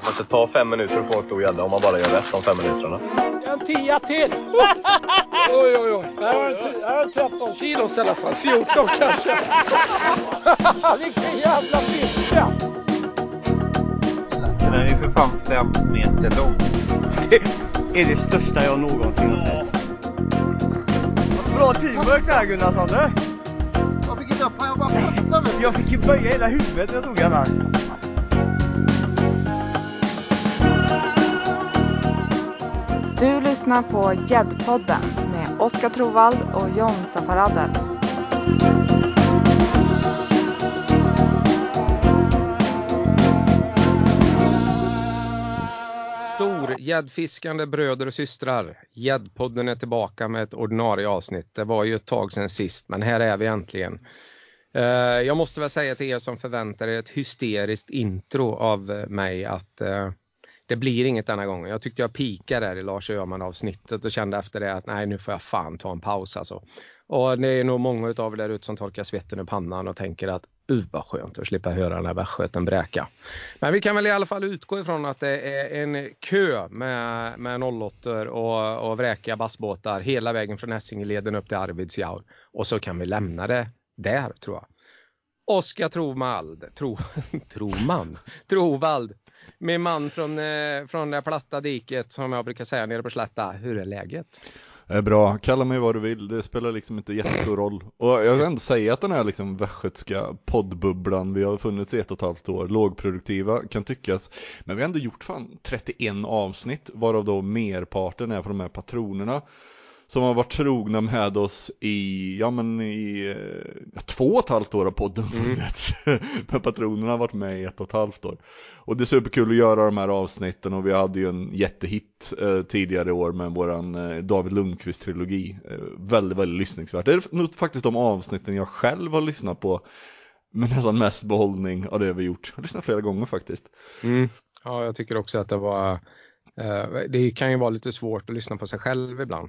Men det tar 5 minuter att få en stor gädda om man bara gör rätt de 5 minuterna. En 10 till! Oj, oj, oj. Det här är 13 kilos i alla fall. 14 kanske. Vilken jävla fiska! Den är ju för fan 5 meter lång. Det är det största jag någonsin har sett. Bra teamwork där Gunnarsson, du! Jag fick inte upp, jag bara passade. Jag fick ju böja hela huvudet när jag tog den här. Du lyssnar på Gäddpodden med Oskar Trovald och John Safaradel. Stor gäddfiskande bröder och systrar. Gäddpodden är tillbaka med ett ordinarie avsnitt. Det var ju ett tag sedan sist, men här är vi äntligen. Jag måste väl säga till er som förväntar er ett hysteriskt intro av mig att det blir inget denna gången. Jag tyckte jag pikade där i Lars Öhman avsnittet och kände efter det att nej, nu får jag fan ta en paus alltså. Och det är nog många utav er där ute som torkar svetten ur pannan och tänker att vad skönt att slippa höra den här västgöten bräka. Men vi kan väl i alla fall utgå ifrån att det är en kö med 08 och vräkiga bassbåtar hela vägen från Essingeleden upp till Arvidsjaur. Och så kan vi lämna det där, tror jag. Oskar Trovald. Min man från det platta diket som jag brukar säga nere på Slätta. Hur är läget? Det är bra, kalla mig vad du vill. Det spelar liksom inte jättestor roll. Och jag vill ändå säga att den här liksom västgötska poddbubblan, vi har funnits i 1,5 år, lågproduktiva kan tyckas. Men vi har ändå gjort fan 31 avsnitt, varav då merparten är från de här patronerna som har varit trogna med oss i 2,5 år av podden. Men patronerna har varit med i 1,5 år. Och det är superkul att göra de här avsnitten. Och vi hade ju en jättehit tidigare år med våran David Lundqvist-trilogi. Väldigt, väldigt lyssningsvärt. Det är nog faktiskt de avsnitten jag själv har lyssnat på med nästan mest behållning av det vi gjort. Jag har lyssnat flera gånger faktiskt. Ja, jag tycker också att det var det kan ju vara lite svårt att lyssna på sig själv ibland.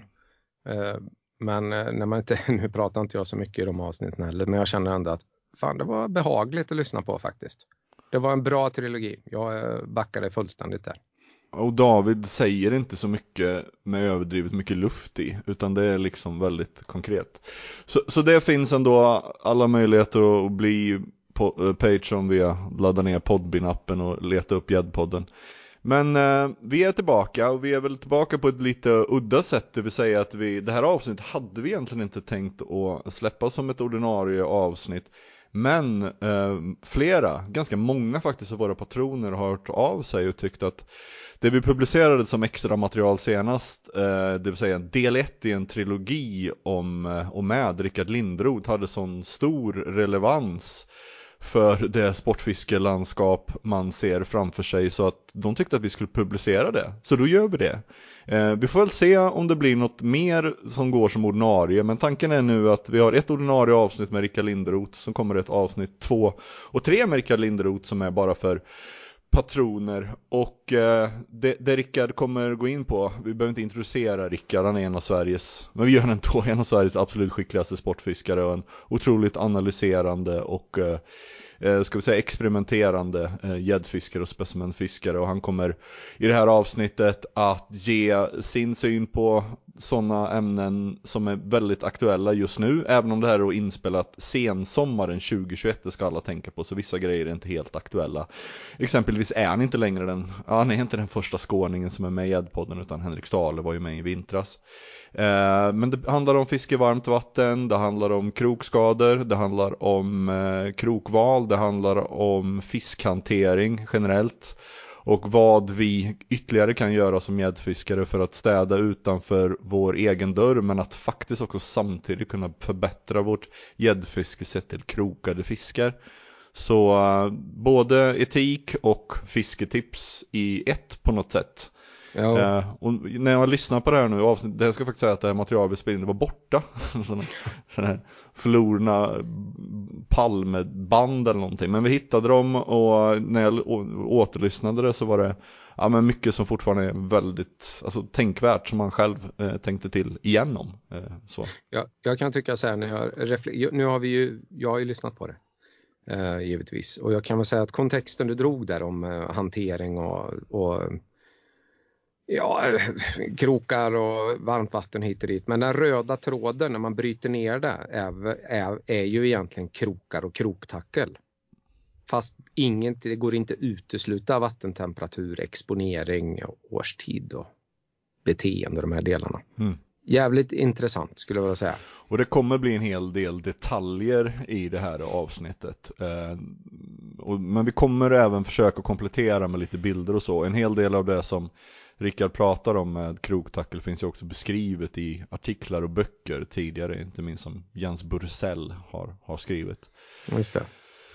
Men när man inte, nu pratar inte jag så mycket i de avsnitten heller, men jag känner ändå att fan, det var behagligt att lyssna på faktiskt. Det var en bra trilogi. Jag backade fullständigt där. Och David säger inte så mycket med överdrivet mycket luft i, utan det är liksom väldigt konkret. Så det finns ändå alla möjligheter att bli Patreon via ladda ner Podbean-appen och leta upp Gäddpodden. Men vi är tillbaka, och vi är väl tillbaka på ett lite udda sätt. Det vill säga att det här avsnittet hade vi egentligen inte tänkt att släppa som ett ordinarie avsnitt. Men ganska många faktiskt av våra patroner har hört av sig och tyckt att det vi publicerade som extra material senast, det vill säga del 1 i en trilogi om och med Rickard Lindroth, hade sån stor relevans för det sportfiskelandskap man ser framför sig, så att de tyckte att vi skulle publicera det. Så då gör vi det. Vi får väl se om det blir något mer som går som ordinarie, men tanken är nu att vi har ett ordinarie avsnitt med Rickard Lindroth, som kommer ett avsnitt 2 och 3 med Rickard Lindroth som är bara för patroner. Och det Rickard kommer gå in på, vi behöver inte introducera Rickard, han är en av Sveriges absolut skickligaste sportfiskare och en otroligt analyserande och experimenterande gäddfiskare och specimenfiskare, och han kommer i det här avsnittet att ge sin syn på sådana ämnen som är väldigt aktuella just nu, även om det här är inspelat sensommaren 2021, det ska alla tänka på, så vissa grejer är inte helt aktuella. Exempelvis är han inte längre han är inte den första skåningen som är med i Gäddpodden, utan Henrik Stahle var ju med i vintras. Men det handlar om fiske i varmt vatten, det handlar om krokskador, det handlar om krokval, det handlar om fiskhantering generellt, och vad vi ytterligare kan göra som gäddfiskare för att städa utanför vår egen dörr, men att faktiskt också samtidigt kunna förbättra vårt gäddfiske sett till krokade fiskar. Så både etik och fisketips i ett på något sätt. Ja. Och när jag lyssnar på det här nu avsnitt, det ska jag faktiskt säga att det här materialet vi spelade in var borta. Sådana här förlorna palmeband eller någonting. Men vi hittade dem, och när jag återlyssnade det så var det men mycket som fortfarande är väldigt tänkvärt, som man själv tänkte till igenom. Så. Ja, jag kan tycka så här, jag har ju lyssnat på det. givetvis. Och jag kan väl säga att kontexten du drog där om hantering och krokar och varmt vatten hit och dit. Men den röda tråden när man bryter ner det är ju egentligen krokar och kroktackel. Fast det går inte utesluta vattentemperatur, exponering, årstid och beteende, de här delarna. Jävligt intressant skulle jag vilja säga. Och det kommer bli en hel del detaljer i det här avsnittet. Men vi kommer även försöka komplettera med lite bilder och så. En hel del av det som Rickard pratar om med kroktackel finns ju också beskrivet i artiklar och böcker tidigare. Inte minst som Jens Bursell har skrivit. Just det.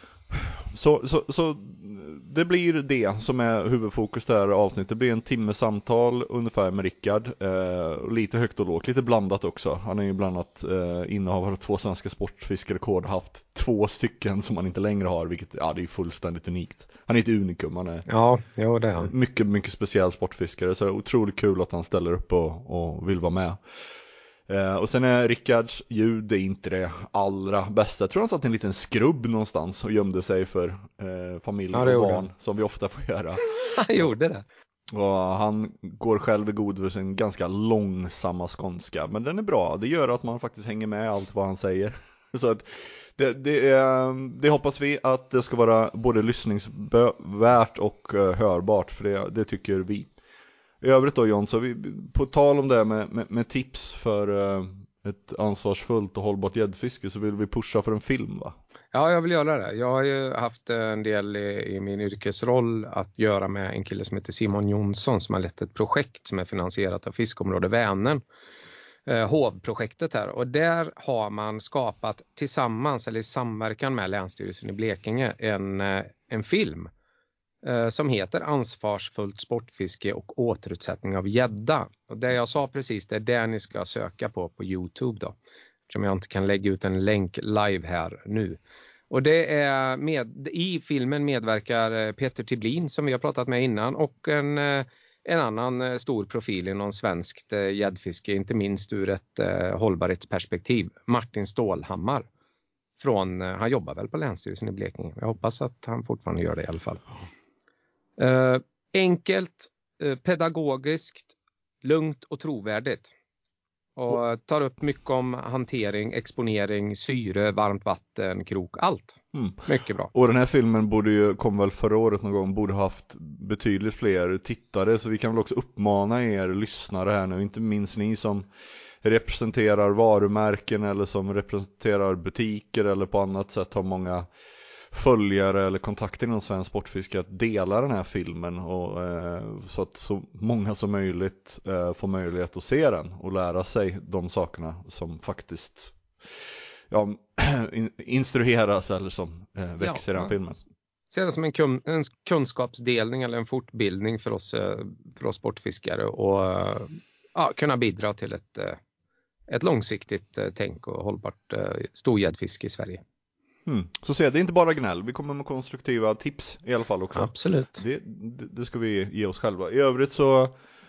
Så det blir det som är huvudfokus där avsnittet. Det blir en timme samtal ungefär med Rickard. Lite högt och lågt, lite blandat också. Han är ju bland annat innehavare av 2 svenska sportfiskerekord. Haft 2 stycken som han inte längre har, vilket det är fullständigt unikt. Han är ett unikum, han är det är han. Mycket, mycket speciell sportfiskare. Så det är otroligt kul att han ställer upp och vill vara med. Och sen är Rickards ljud, det är inte det allra bästa. Jag tror han satt en liten skrubb någonstans och gömde sig för familj och barn, som vi ofta får göra. Han gjorde det. Och han går själv i god för sin ganska långsamma skånska. Men den är bra, det gör att man faktiskt hänger med allt vad han säger. Så att det hoppas vi att det ska vara både lyssningsvärt och hörbart, för det tycker vi. I övrigt då, John, så vi på tal om det med tips för ett ansvarsfullt och hållbart gäddfiske, så vill vi pusha för en film, va? Ja, jag vill göra det. Jag har ju haft en del i min yrkesroll att göra med en kille som heter Simon Jonsson, som har lett ett projekt som är finansierat av Fiskområde Vänern. HOV-projektet här, och där har man skapat tillsammans eller i samverkan med Länsstyrelsen i Blekinge en film som heter Ansvarsfullt sportfiske och återutsättning av gädda. Och det jag sa precis, det är det ni ska söka på YouTube då, eftersom jag inte kan lägga ut en länk live här nu. Och det är i filmen medverkar Peter Tiblin, som vi har pratat med innan, och en annan stor profil inom svenskt gäddfiske, inte minst ur ett hållbarhetsperspektiv, Martin Stålhammar. Han jobbar väl på Länsstyrelsen i Blekinge. Jag hoppas att han fortfarande gör det i alla fall. Enkelt, pedagogiskt, lugnt och trovärdigt. Och tar upp mycket om hantering, exponering, syre, varmt vatten, krok, allt. Mycket bra. Och den här filmen kom väl förra året någon gång, borde ha haft betydligt fler tittare, så vi kan väl också uppmana er lyssnare här nu, inte minst ni som representerar varumärken eller som representerar butiker eller på annat sätt har många följare eller kontakter inom svensk sportfiske, att dela den här filmen och så att så många som möjligt får möjlighet att se den och lära sig de sakerna som faktiskt instrueras eller som växer i den filmen. Ser det som en kunskapsdelning eller en fortbildning för oss sportfiskare och kunna bidra till ett långsiktigt tänk och hållbart storgäddfiske i Sverige. Så det är inte bara gnäll, vi kommer med konstruktiva tips i alla fall också. Absolut. Det ska vi ge oss själva. I övrigt så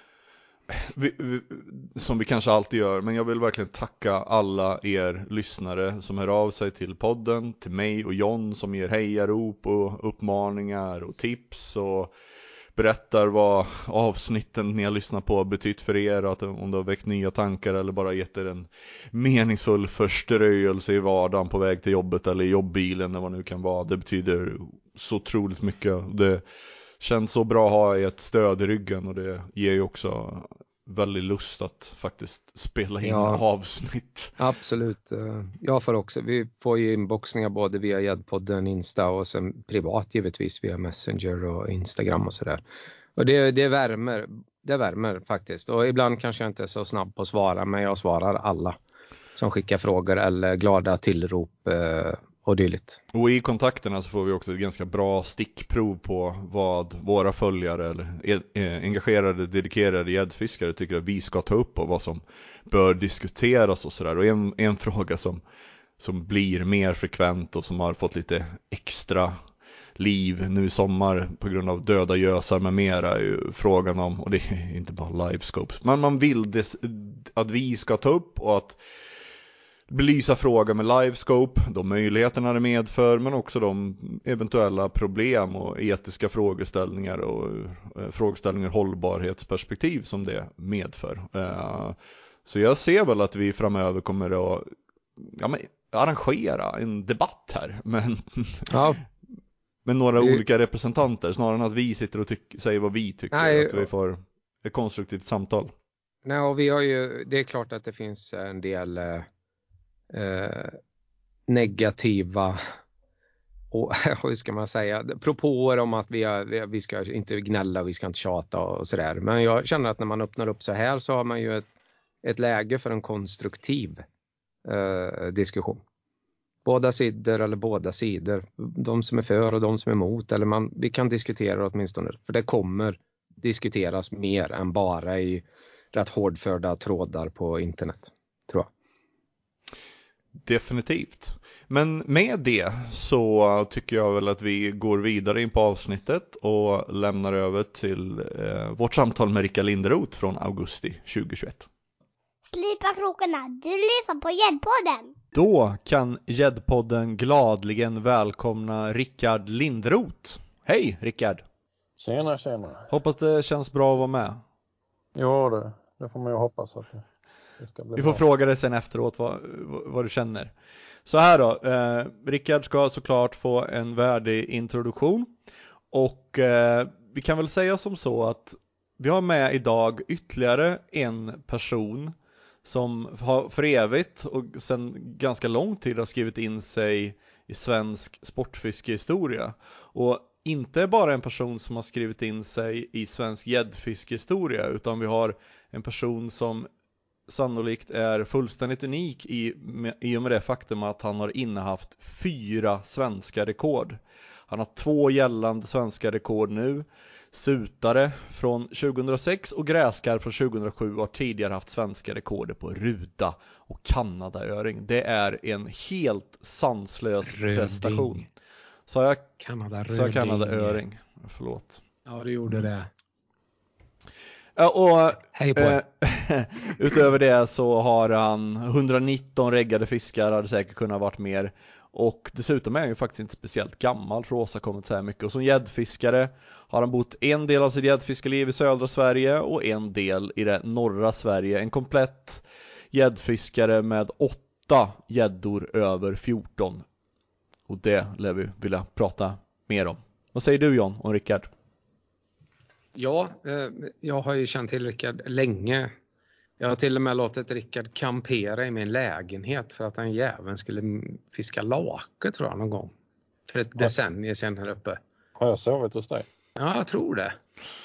som vi kanske alltid gör, men jag vill verkligen tacka alla er lyssnare som hör av sig till podden, till mig och John, som ger hejarop och uppmaningar och tips och berättar vad avsnitten ni har lyssnat på har betytt för er, att om det har väckt nya tankar eller bara gett er en meningsfull förströelse i vardagen på väg till jobbet eller i jobbbilen eller vad det nu kan vara. Det betyder så otroligt mycket. Det känns så bra att ha ett stöd i ryggen, och det ger ju också väldigt lust att faktiskt spela in avsnitt. Absolut. Jag får också. Vi får ju inboxningar både via Gäddpodden, Insta och sen privat givetvis via Messenger och Instagram och sådär. Och det värmer faktiskt. Och ibland kanske jag inte är så snabb på att svara, men jag svarar alla som skickar frågor eller glada tillrop och dylikt. Och i kontakterna så får vi också ett ganska bra stickprov på vad våra följare eller engagerade, dedikerade gäddfiskare tycker att vi ska ta upp och vad som bör diskuteras och sådär. Och en fråga som blir mer frekvent och som har fått lite extra liv nu i sommar på grund av döda gösar med mera är ju frågan om, och det är inte bara livescopes, men man vill att vi ska ta upp och att belysa frågor med livescope, de möjligheterna det medför, men också de eventuella problem och etiska frågeställningar och frågeställningar hållbarhetsperspektiv som det medför. Så jag ser väl att vi framöver kommer att arrangera en debatt här, men med några olika representanter, snarare än att vi sitter och säger vad vi tycker, att vi får ett konstruktivt samtal. Nej, och vi har ju, det är klart att det finns en del negativa och hur ska man säga, propåer om att vi ska inte gnälla, vi ska inte tjata och sådär. Men jag känner att när man öppnar upp så här så har man ju ett läge för en konstruktiv diskussion. Båda sidor, de som är för och de som är emot, eller vi kan diskutera åtminstone, för det kommer diskuteras mer än bara i rätt hårdförda trådar på internet, tror jag. Definitivt. Men med det så tycker jag väl att vi går vidare in på avsnittet och lämnar över till vårt samtal med Rickard Linderoth från augusti 2021. Slipa krokarna, du lyssnar på Gäddpodden. Då kan Gäddpodden gladligen välkomna Rickard Linderoth. Hej Rickard! Tjena. Hoppas det känns bra att vara med. Jo, det får man ju hoppas att det ska bli. Vi får fråga dig sen efteråt vad du känner. Så här då, Rickard ska såklart få en värdig introduktion. Och vi kan väl säga som så att vi har med idag ytterligare en person som har för evigt och sedan ganska lång tid har skrivit in sig i svensk sportfiskehistoria. Och inte bara en person som har skrivit in sig i svensk gäddfiskehistoria, utan vi har en person som sannolikt är fullständigt unik i och med det faktum att han har innehaft 4 svenska rekord. Han har 2 gällande svenska rekord nu. Sutare från 2006 och gräskarp från 2007 har tidigare haft svenska rekorder på ruda och kanadaöring. Det är en helt sanslös prestation. Så jag kanadaöring. Förlåt. Ja, du gjorde det. Ja, och hej på utöver det så har han 119 reggade fiskar, hade säkert kunnat varit mer. Och dessutom är han ju faktiskt inte speciellt gammal för att åstadkommit så här mycket. Och som gäddfiskare har han bott en del av sitt gäddfiskeliv i södra Sverige och en del i det norra Sverige. En komplett gäddfiskare med 8 gäddor över 14. Och det lär vi vilja prata mer om. Vad säger du John om Rickard? Ja, jag har ju känt till Rickard länge. Jag har till och med låtit Rickard kampera i min lägenhet för att han jäveln skulle fiska lake, tror jag, någon gång. För ett decennium sedan här uppe. Har jag sovit hos dig? Ja, jag tror det.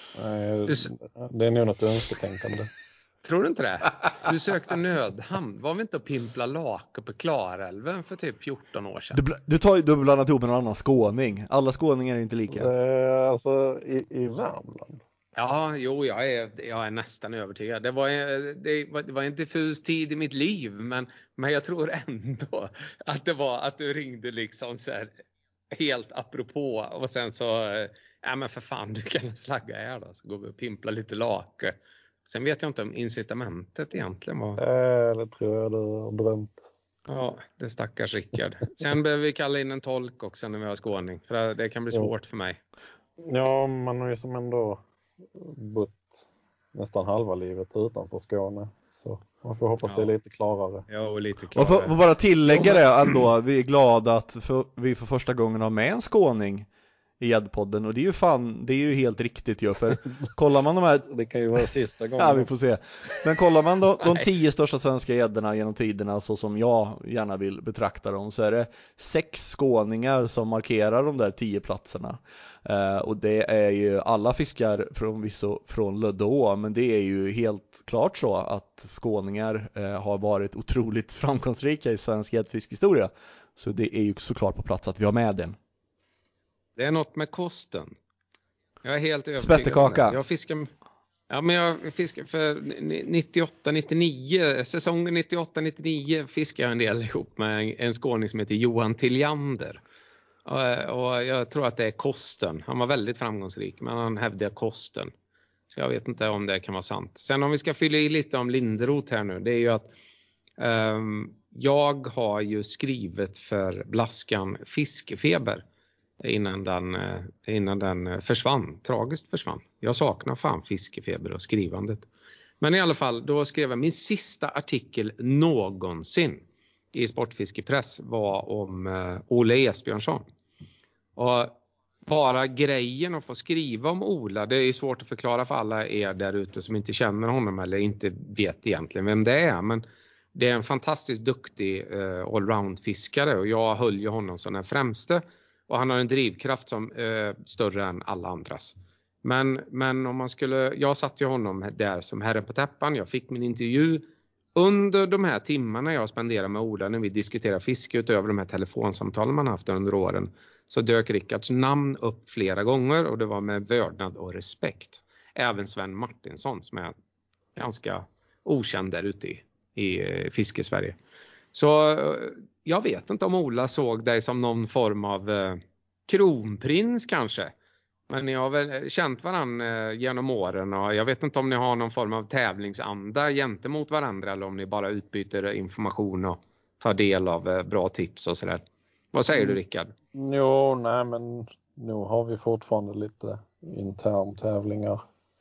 Det är nog något önsketänkande. Tror du inte det? Du sökte nödhamn. Var vi inte att pimpla lake på Klarälven för typ 14 år sedan? Du har blandat ihop med någon annan skåning. Alla skåningar är inte lika. Alltså i Värmland. Ja, jo, jag är nästan övertygad. Det var en diffus tid i mitt liv, men jag tror ändå att det var att du ringde liksom så här helt apropå och sen så, ja men för fan, du kan slagga här då, så går vi och pimpla lite lake. Sen vet jag inte om incitamentet egentligen var. Det tror jag du har drömt. Ja, det stackars Rickard. Sen behöver vi kalla in en tolk också när vi har skåning, för det kan bli svårt för mig. Ja, man har ju som ändå bott nästan halva livet utanför Skåne. Så man får hoppas det är lite klarare. Ja, och lite klarare. Och för bara tillägga det ändå, vi är glada att vi för första gången har med en skåning i Gäddpodden. Och det är ju helt riktigt ju. För kollar man de här... Det kan ju vara sista gången. Ja, vi får se. Men kollar man de 10 största svenska gäddorna genom tiderna, så som jag gärna vill betrakta dem, så är det 6 skåningar som markerar de där 10 platserna. Och det är ju alla fiskar från Lödå, men det är ju helt klart så att skåningar har varit otroligt framgångsrika i svensk gäddfiskhistoria. Så det är ju såklart på plats att vi har med den. Det är något med kosten. Jag är helt övertygad. Spettekaka. Jag fiskar för 98-99, säsongen 98-99 fiskar jag en del ihop med en skåning som heter Johan Tiljander. Och jag tror att det är kosten. Han var väldigt framgångsrik, men han hävdade kosten. Så jag vet inte om det kan vara sant. Sen om vi ska fylla i lite om Linderoth här nu, det är ju att Jag har ju skrivit för Blaskan Fiskefeber innan den försvann, tragiskt försvann. Jag saknar fan Fiskefeber och skrivandet. Men i alla fall, då skrev jag min sista artikel någonsin i Sportfiskepress var om Ola Esbjörnsson. Och bara grejen att få skriva om Ola, det är svårt att förklara för alla er där ute som inte känner honom eller inte vet egentligen vem det är. Men det är en fantastiskt duktig allround-fiskare och jag höll ju honom som den främste. Och han har en drivkraft som större än alla andras. Men om man skulle, jag satt ju honom där som herre på täppan. Jag fick min intervju under de här timmarna jag spenderade med Ola när vi diskuterade fiske utöver de här telefonsamtalen man haft under åren. Så dök Rickards namn upp flera gånger och det var med vördnad och respekt. Även Sven Martinsson som är ganska okänd där ute i fiskesverige. Så jag vet inte om Ola såg dig som någon form av kronprins kanske. Men ni har väl känt varandra genom åren och jag vet inte om ni har någon form av tävlingsanda gentemot varandra eller om ni bara utbyter information och tar del av bra tips och sådär. Vad säger du, Rickard? Jo, nej men nu har vi fortfarande lite intern tävlingar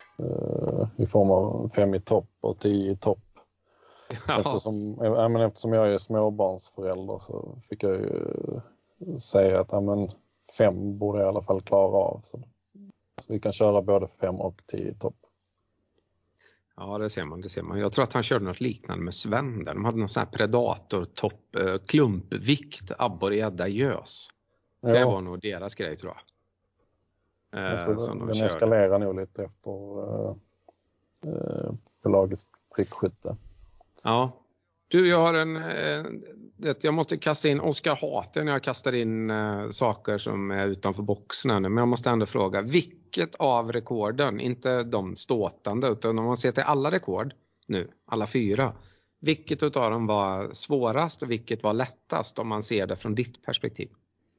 i form av 5 i topp och 10 i topp. Ja. Eftersom jag är småbarnsförälder så fick jag ju säga att 5 borde jag i alla fall klara av. Så vi kan köra både 5 och 10 i topp. Ja, det ser man. Jag tror att han körde något liknande med Sven där. De hade någon sån här predator-topp, klumpvikt, abborre, gädda, gös. Ja. Det var nog deras grej, tror jag. Jag tror den eskalerar nog lite efter pelagisk prickskytte. Ja. Du, jag har jag måste kasta in Oskar Hater när jag kastar in saker som är utanför boxen. Men jag måste ändå fråga, vilket av rekorden, inte de ståtande utan om man ser till alla rekord nu, alla 4. Vilket av dem var svårast och vilket var lättast om man ser det från ditt perspektiv?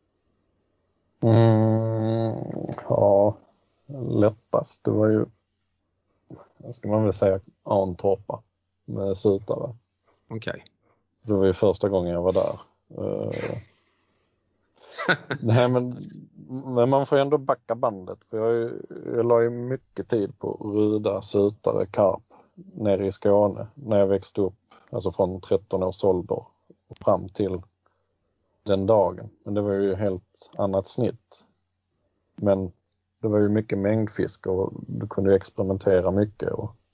Ja, lättast. Det var ju, ska man väl säga, Arntorpa med sutare. Okej. Det var ju första gången jag var där. Nej, men man får ändå backa bandet. För jag la ju mycket tid på ruda, sutare, karp nere i Skåne. När jag växte upp, alltså från 13 års ålder och fram till den dagen. Men det var ju helt annat snitt. Men det var ju mycket mängdfisk och du kunde experimentera mycket.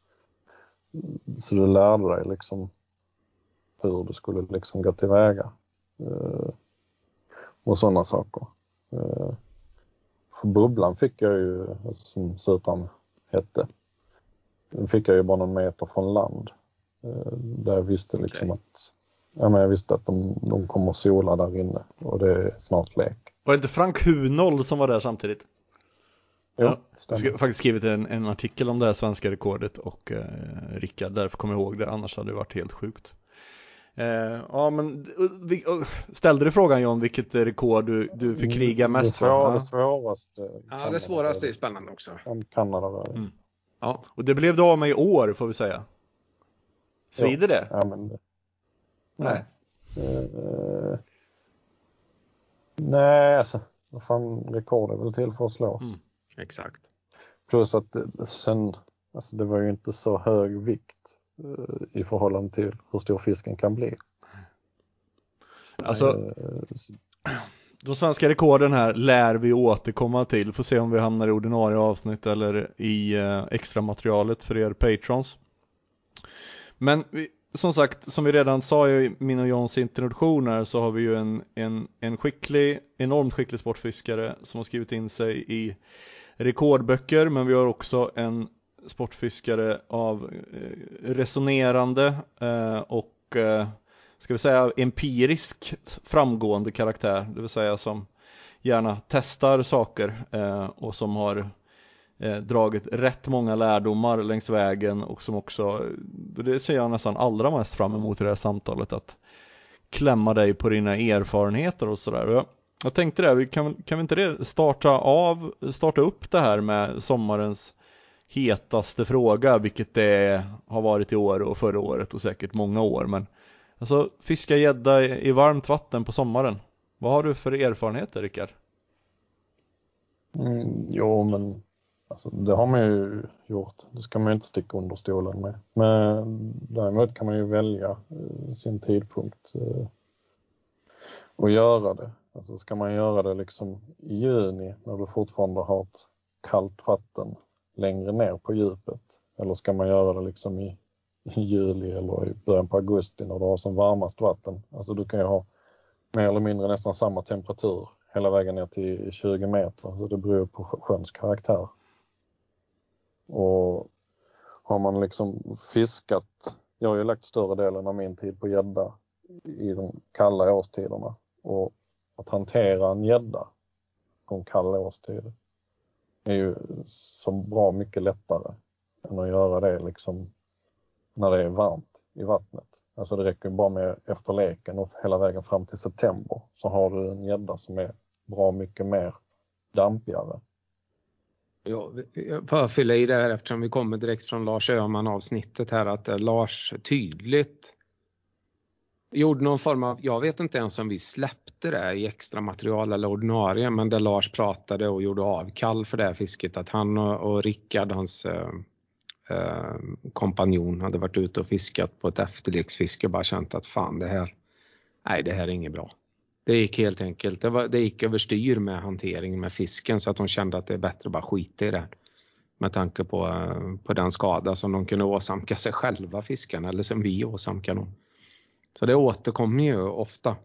Så du lärde dig liksom hur du skulle liksom gå tillväga och sådana saker. För bubblan fick jag ju, alltså som sutan hette, den fick jag ju bara någon meter från land. Där jag visste liksom att jag visste att de kommer sola där inne och det är snart lek. Var det inte Frank Hunold som var där samtidigt? Jo, jag har faktiskt skrivit en artikel om det här svenska rekordet och Rickard, därför kommer jag ihåg det, annars hade det varit helt sjukt. Ja, men ställde du frågan, John, vilket rekord du fick kriga mest för? Det svåraste. Ja, det svåraste är spännande också. Kanada var det. Ja, och det blev du av med i år, får vi säga. Svider det? Ja, men det. Nej. Nej, alltså vad fan, rekord är väl till för att slås. Exakt. Plus att sen, alltså det var ju inte så hög vikt i förhållande till hur stor fisken kan bli. Alltså de svenska rekorden här lär vi återkomma till. Får se om vi hamnar i ordinarie avsnitt eller i extra materialet för er patrons. Men som sagt, som vi redan sa i min och Johns introduktioner, så har vi ju en enormt skicklig sportfiskare som har skrivit in sig i rekordböcker, men vi har också en sportfiskare av resonerande och ska vi säga empirisk framgående karaktär, det vill säga som gärna testar saker och som har dragit rätt många lärdomar längs vägen och som också, det ser jag nästan allra mest fram emot i det här samtalet, att klämma dig på dina erfarenheter och sådär. Jag tänkte det, kan vi inte det starta upp det här med sommarens hetaste fråga, vilket det har varit i år och förra året och säkert många år, men Alltså fiska gädda i varmt vatten på sommaren. Vad har du för erfarenheter, Rickard? Jo, men alltså, det har man ju gjort. Det ska man ju inte sticka under stolen med. Men däremot kan man ju välja sin tidpunkt och göra det. Alltså ska man göra det liksom i juni när du fortfarande har ett kallt vatten längre ner på djupet? Eller ska man göra det liksom i juli eller i början på augusti när du har som varmast vatten? Alltså du kan ju ha mer eller mindre nästan samma temperatur hela vägen ner till 20 meter. Så det beror på sjöns karaktär. Och har man liksom fiskat, jag har ju lagt större delen av min tid på gädda i de kalla årstiderna. Och att hantera en gädda på en kall årstid är ju så bra mycket lättare än att göra det liksom när det är varmt i vattnet. Alltså det räcker bara med efter leken och hela vägen fram till september så har du en gädda som är bra mycket mer dampigare. Ja, jag får fylla i det här eftersom vi kommer direkt från Lars Öhman avsnittet här att Lars tydligt gjorde någon form av, jag vet inte ens om vi släppte det i extra material eller ordinarie, men där Lars pratade och gjorde avkall för det här fisket att han och Rickard, hans kompanjon, hade varit ute och fiskat på ett efterleksfiske och bara känt att fan det här är inget bra. Det gick helt enkelt, det gick överstyr med hanteringen med fisken så att de kände att det är bättre att bara skita i det. Med tanke på den skada som de kunde åsamka sig själva fiskarna eller som vi åsamkar dem. Så det återkommer ju ofta.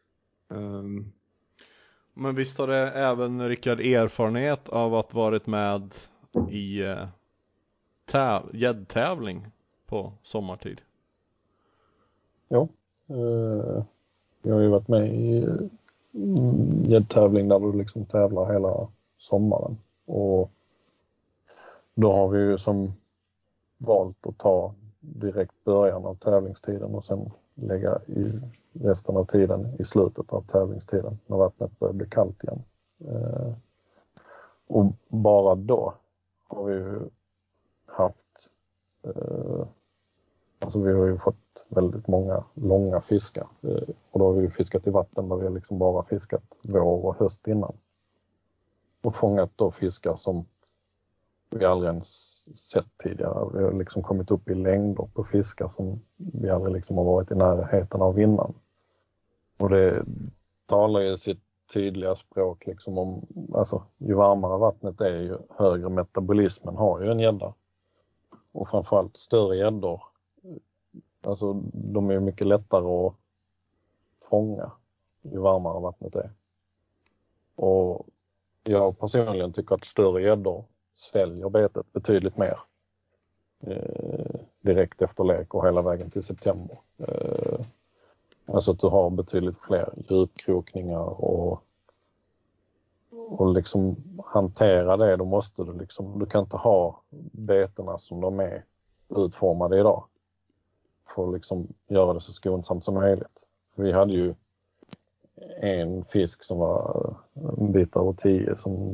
Men visst har det även Rickard erfarenhet av att varit med i gäddtävling på sommartid? Ja, jag har ju varit med i gäddtävling där du liksom tävlar hela sommaren. Och då har vi ju som valt att ta direkt början av tävlingstiden och sen lägga i resten av tiden i slutet av tävlingstiden när vattnet börjar bli kallt igen. Och bara då har vi ju haft alltså vi har ju fått väldigt många långa fiskar och då har vi fiskat i vatten där vi har liksom bara fiskat vår och höst innan. Och fångat då fiskar som vi aldrig ens sett tidigare. Vi har liksom kommit upp i längder på fiskar som vi aldrig liksom har varit i närheten av innan. Och det talar ju sitt tydliga språk liksom om, alltså ju varmare vattnet är ju högre metabolismen har ju en gädda. Och framförallt större gäddor, alltså de är mycket lättare att fånga ju varmare vattnet är. Och jag personligen tycker att större gäddor sväljer betet betydligt mer direkt efter lek och hela vägen till september. Alltså att du har betydligt fler djupkrokningar och liksom hantera det, då måste du liksom, du kan inte ha beterna som de är utformade idag för att liksom göra det så skonsamt som möjligt. För vi hade ju en fisk som var en bit över 10 som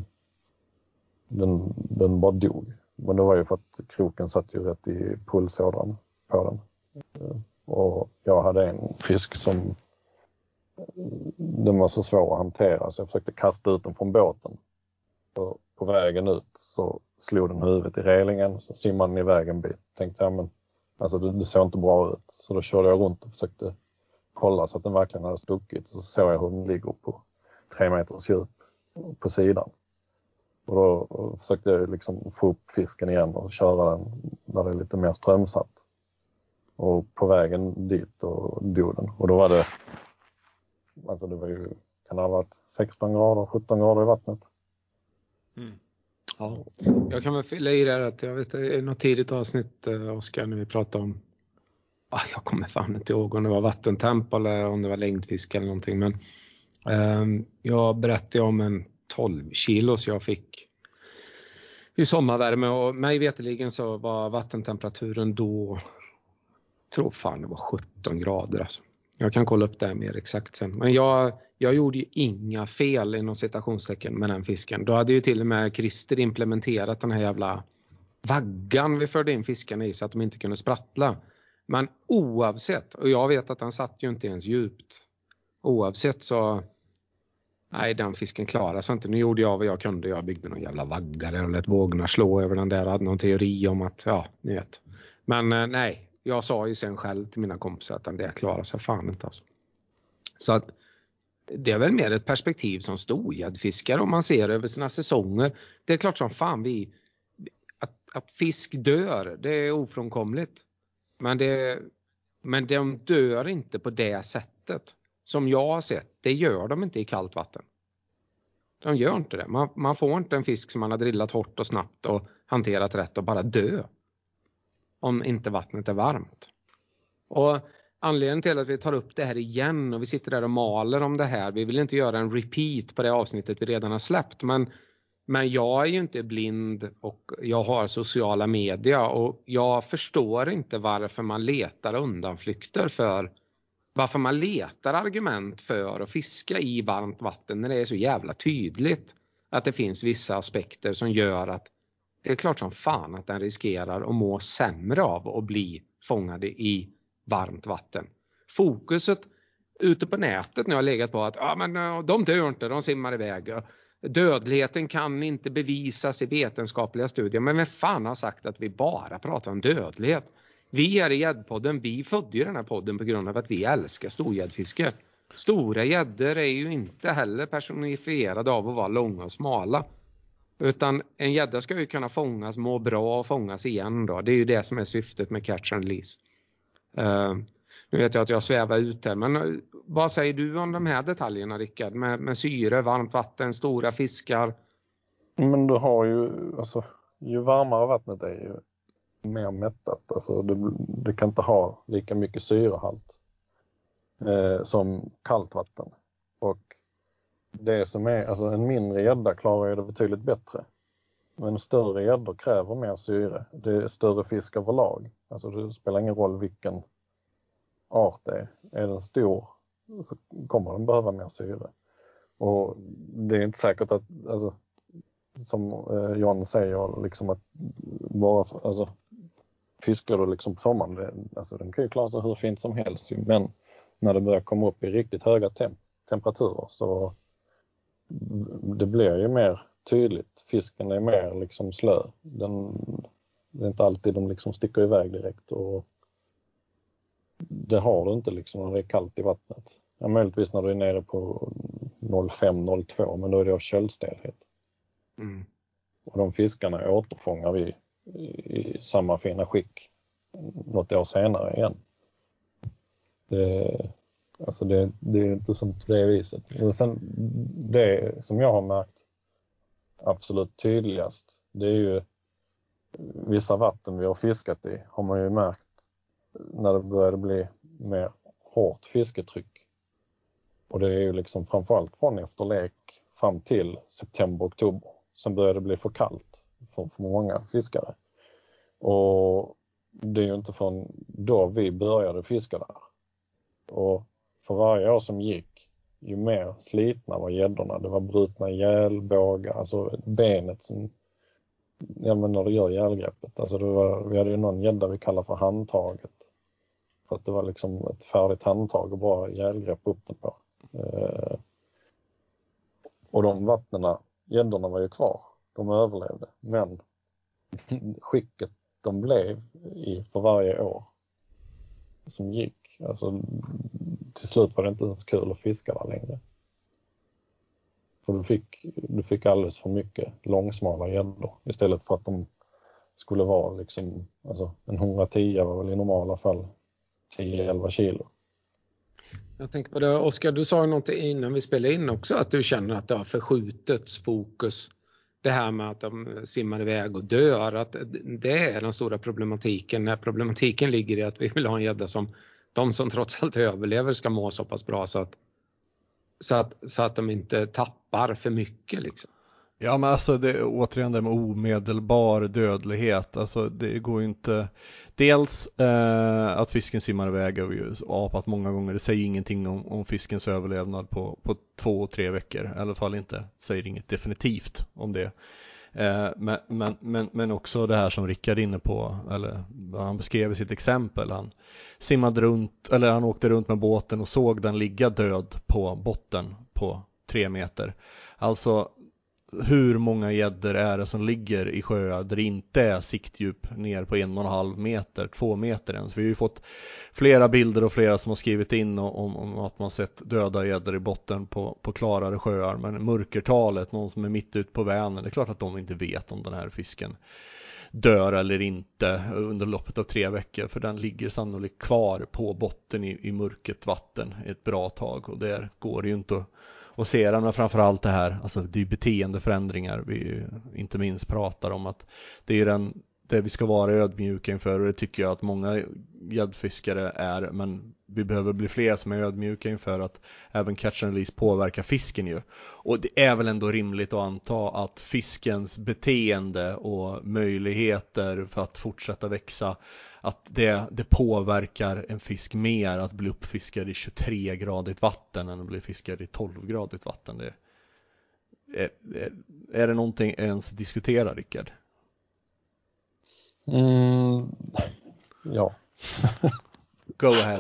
den bara dog. Men det var ju för att kroken satt ju rätt i pulsådran på den. Och jag hade en fisk som den var så svår att hantera så jag försökte kasta ut den från båten. Och på vägen ut så slog den huvudet i relingen så simmade den iväg en bit. Tänkte jag men alltså det såg inte bra ut. Så då körde jag runt och försökte kolla så att den verkligen hade stuckit. Så såg jag hur den ligger på 3 meters djup på sidan. Och då försökte jag liksom få upp fisken igen och köra den där det är lite mer strömsatt. Och på vägen dit och dog den. Och då var det, alltså det var ju, kan det ha varit 16 grader, 17 grader i vattnet. Mm. Ja, jag kan väl fylla i det att jag vet i något tidigt avsnitt, Oskar, när vi pratade om, jag kommer fan inte ihåg om det var vattentemp eller om det var längdfisk eller någonting, men jag berättade om en 12 kilos jag fick i sommarvärme och mig veteligen så var vattentemperaturen då, tror fan det var 17 grader alltså. Jag kan kolla upp det här mer exakt sen. Men jag gjorde ju inga fel inom citationstecken med den fisken. Då hade ju till och med Christer implementerat den här jävla vaggan vi förde in fiskarna i så att de inte kunde sprattla. Men oavsett, och jag vet att han satt ju inte ens djupt. Oavsett så, nej, den fisken klarar sig inte. Nu gjorde jag vad jag kunde. Jag byggde någon jävla vaggare och lät vågorna slå över den där. Jag hade någon teori om att, ja, ni vet. Men nej, jag sa ju sen själv till mina kompisar att den där klarar sig fan inte alltså. Så att det är väl mer ett perspektiv som storgäddfiskare om man ser över sina säsonger. Det är klart som fan att fisk dör, det är ofrånkomligt. Men de dör inte på det sättet. Som jag har sett, det gör de inte i kallt vatten. De gör inte det. Man får inte en fisk som man har drillat hårt och snabbt och hanterat rätt och bara dö. Om inte vattnet är varmt. Och anledningen till att vi tar upp det här igen och vi sitter där och maler om det här. Vi vill inte göra en repeat på det avsnittet vi redan har släppt. Men jag är ju inte blind och jag har sociala medier. Och jag förstår inte varför man letar undanflykter för. Varför man letar argument för att fiska i varmt vatten när det är så jävla tydligt. Att det finns vissa aspekter som gör att det är klart som fan att den riskerar att må sämre av att bli fångad i varmt vatten. Fokuset ute på nätet när jag har legat på att men de dör inte, de simmar iväg. Dödligheten kan inte bevisas i vetenskapliga studier. Men vem fan har sagt att vi bara pratar om dödlighet? Vi här i Gäddpodden, vi födde ju den här podden på grund av att vi älskar storgäddfiske. Stora gäddor är ju inte heller personifierade av att vara långa och smala. Utan en gädda ska ju kunna fångas, må bra och fångas igen då. Det är ju det som är syftet med catch and release. Nu vet jag att jag svävar ut här, men vad säger du om de här detaljerna, Rickard? Med syre, varmt vatten, stora fiskar? Men du har ju, alltså, ju varmare vattnet är ju mer mättat. Alltså det kan inte ha lika mycket syrehalt som kallt vatten. Och det som är, alltså en mindre gädda klarar ju det betydligt bättre. Men större gäddor kräver mer syre. Det är större fisk överlag. Alltså det spelar ingen roll vilken art det är. Är den stor så kommer den behöva mer syre. Och det är inte säkert att, alltså, som John säger, liksom att bara, alltså, fiskar du liksom på sommaren, alltså den kan ju klara sig hur fint som helst. Men när det börjar komma upp i riktigt höga temperaturer så det blir ju mer tydligt. Fisken är mer liksom slö. Det är inte alltid de liksom sticker iväg direkt och det har du inte liksom när det är kallt i vattnet. Ja, möjligtvis när du är nere på 0,5-0,2, men då är det av köldstelhet. Mm. Och de fiskarna återfångar vi i samma fina skick något år senare igen. Det är inte som på det viset. Men sen, det som jag har märkt absolut tydligast, det är ju vissa vatten vi har fiskat i har man ju märkt när det började bli mer hårt fisketryck. Och det är ju liksom framförallt från efter lek fram till september-oktober som började bli för kallt för många fiskare. Och det är ju inte från då vi började fiska där. Och för varje år som gick, ju mer slitna var gäddorna. Det var brutna gälbågar, alltså benet som, ja men när du gör gälgreppet. Alltså vi hade ju någon gädda vi kallar för handtaget. För att det var liksom ett färdigt handtag och bara gälgrepp upp den på. Och de vattnena, gäddorna var ju kvar. De överlevde. Men skicket de blev i för varje år som gick. Alltså till slut var det inte ens kul att fiska där längre. För du fick alldeles för mycket långsmala gäddor istället för att de skulle vara liksom, alltså en 110 var väl i normala fall 10-11 kilo. Jag tänker på det, Oskar, du sa ju något innan vi spelade in också att du känner att det har förskjutits fokus. Det här med att de simmar iväg och dör, att det är den stora problematiken. När problematiken ligger i att vi vill ha en gädda som de som trots allt överlever ska må så pass bra så att de inte tappar för mycket liksom. Ja, men alltså det, återigen det med omedelbar dödlighet, alltså det går ju inte. Dels att fisken simmar iväg har vi ju apat många gånger. Det säger ingenting om fiskens överlevnad på 2-3 veckor. I alla fall inte, säger inget definitivt om det. Men också det här som Rickard är inne på, eller han beskrev i sitt exempel, han simmade runt, eller han åkte runt med båten och såg den ligga död på botten på 3 meter. Alltså hur många gäddor är det som ligger i sjöar där det inte är siktdjup ner på 1,5 meter, 2 meter ens. Vi har ju fått flera bilder och flera som har skrivit in om att man sett döda gäddor i botten på klarare sjöar. Men mörkertalet, någon som är mitt ut på Vänern, det är klart att de inte vet om den här fisken dör eller inte under loppet av 3 veckor. För den ligger sannolikt kvar på botten i mörket vatten ett bra tag. Och där går det ju inte att se den, men framförallt det här, alltså det är beteendeförändringar vi inte minst pratar om, att det är det vi ska vara ödmjuka inför, och det tycker jag att många gäddfiskare är, men vi behöver bli fler som är ödmjuka inför att även catch and release påverkar fisken ju. Och det är väl ändå rimligt att anta att fiskens beteende och möjligheter för att fortsätta växa, att det påverkar en fisk mer att bli uppfiskad i 23-gradigt vatten än att bli fiskad i 12-gradigt vatten. Är det någonting ens diskutera, Rickard? Ja. Go ahead.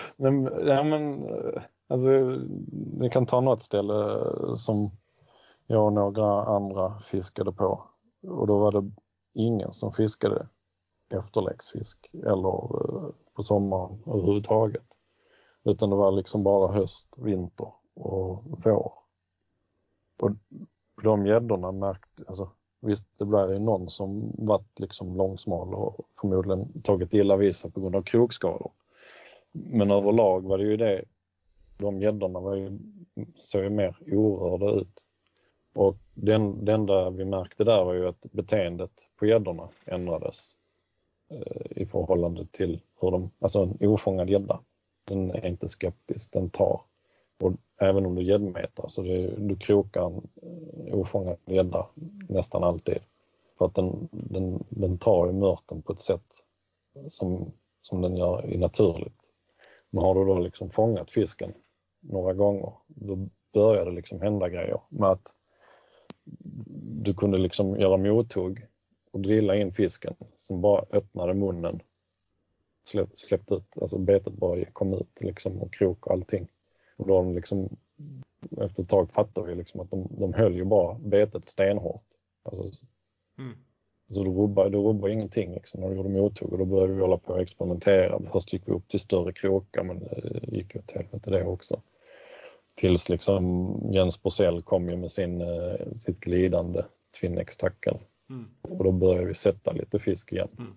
Alltså, vi kan ta något ställe som jag och några andra fiskade på. Och då var det ingen som fiskade efterläggsfisk eller på sommaren överhuvudtaget. Utan det var liksom bara höst, vinter och vår. Och de gäddorna märkte, alltså visst, det blev ju någon som varit liksom långsmal och förmodligen tagit illa vid sig på grund av krokskador. Men överlag var det ju det, de gäddorna såg ju mer orörda ut. Och den enda vi märkte där var ju att beteendet på gäddorna ändrades i förhållande till hur alltså en ofångad gädda, den är inte skeptisk, den tar. Och även om du gäddmätar så du krokar en ofångad gädda nästan alltid. För att den tar ju mörten på ett sätt som den gör i naturligt. Men har du då liksom fångat fisken några gånger, då börjar det liksom hända grejer med att du kunde liksom göra mothugg och drilla in fisken som bara öppnade munnen, släppte ut, alltså betet bara kom ut liksom, och krok och allting. Och då liksom, efter ett tag fattade vi liksom att de höll ju bara betet stenhårt. Alltså, så du rubbar ingenting liksom, när du gjorde mothugg, och då började vi hålla på att experimentera. Först gick vi upp till större krokar, men det gick ju till helvete det också. Tills liksom Jens Borsell kom ju med sitt glidande Twinex-tackel. Och då började vi sätta lite fisk igen.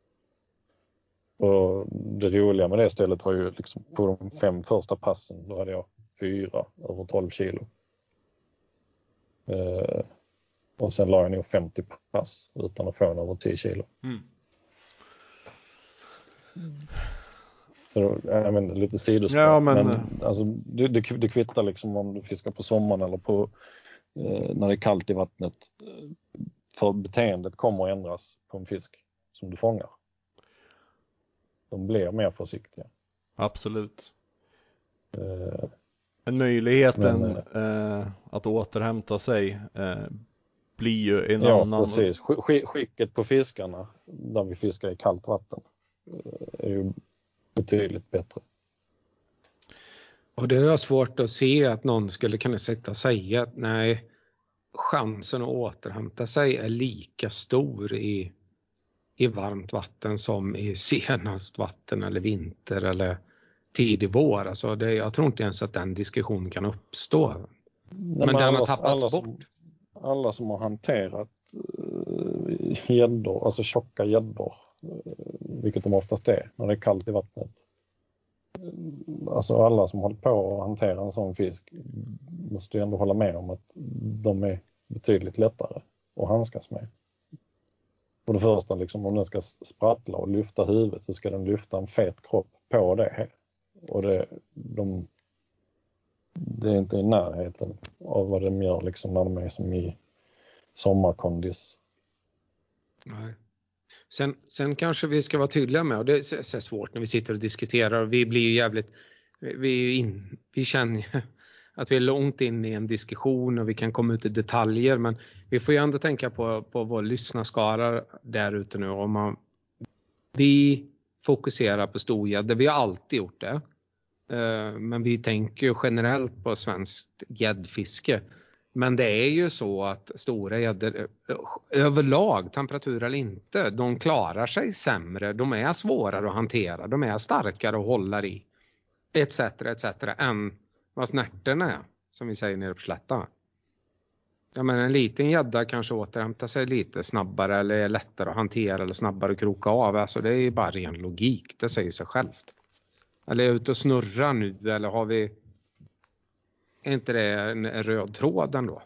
Och det roliga med det stället var ju liksom på de 5 första passen, då hade jag 4 över 12 kilo. Och sen la jag nog 50 pass utan att få en över 10 kilo. Så lite sidospår. Ja, men alltså, det kvittar liksom om du fiskar på sommaren eller på när det är kallt i vattnet. För beteendet kommer att ändras på en fisk som du fångar. De blir mer försiktiga. Absolut. En möjligheten att återhämta sig blir ju en annan. Ja, precis. Skicket på fiskarna där vi fiskar i kallt vatten är ju betydligt bättre. Och det är svårt att se att någon skulle kunna sätta och säga att nej, chansen att återhämta sig är lika stor i varmt vatten som i senast vatten eller vinter eller tidig vår. Alltså jag tror inte ens att den diskussionen kan uppstå. Men den har tappats bort. Alla som har hanterat gäddor, alltså tjocka gäddor, vilket de oftast är när det är kallt i vattnet. Alltså alla som håller på att hantera en sån fisk måste ju ändå hålla med om att de är betydligt lättare att handskas med. Och det första, liksom, om den ska sprattla och lyfta huvudet, så ska den lyfta en fet kropp på det här. Och det är inte i närheten av vad de gör liksom, när de är som i sommarkondis. Nej. Sen kanske vi ska vara tydliga med, och det är svårt när vi sitter och diskuterar, och vi blir ju jävligt, vi känner, att vi är långt in i en diskussion och vi kan komma ut i detaljer, men vi får ju ändå tänka på vår lyssnarskara där ute nu. Vi fokuserar på storgädda, vi har alltid gjort det. Men vi tänker ju generellt på svenskt gäddfiske. Men det är ju så att stora gäddor överlag, temperatur eller inte, de klarar sig sämre. De är svårare att hantera, de är starkare att hålla i. Etc. än vad snärten är, som vi säger nere på slätta. Jag menar, en liten gädda kanske återhämtar sig lite snabbare eller är lättare att hantera eller snabbare att kroka av. Alltså det är ju bara ren logik, det säger sig självt. Eller är ute och snurra nu, eller har vi... Är inte det en röd tråd ändå?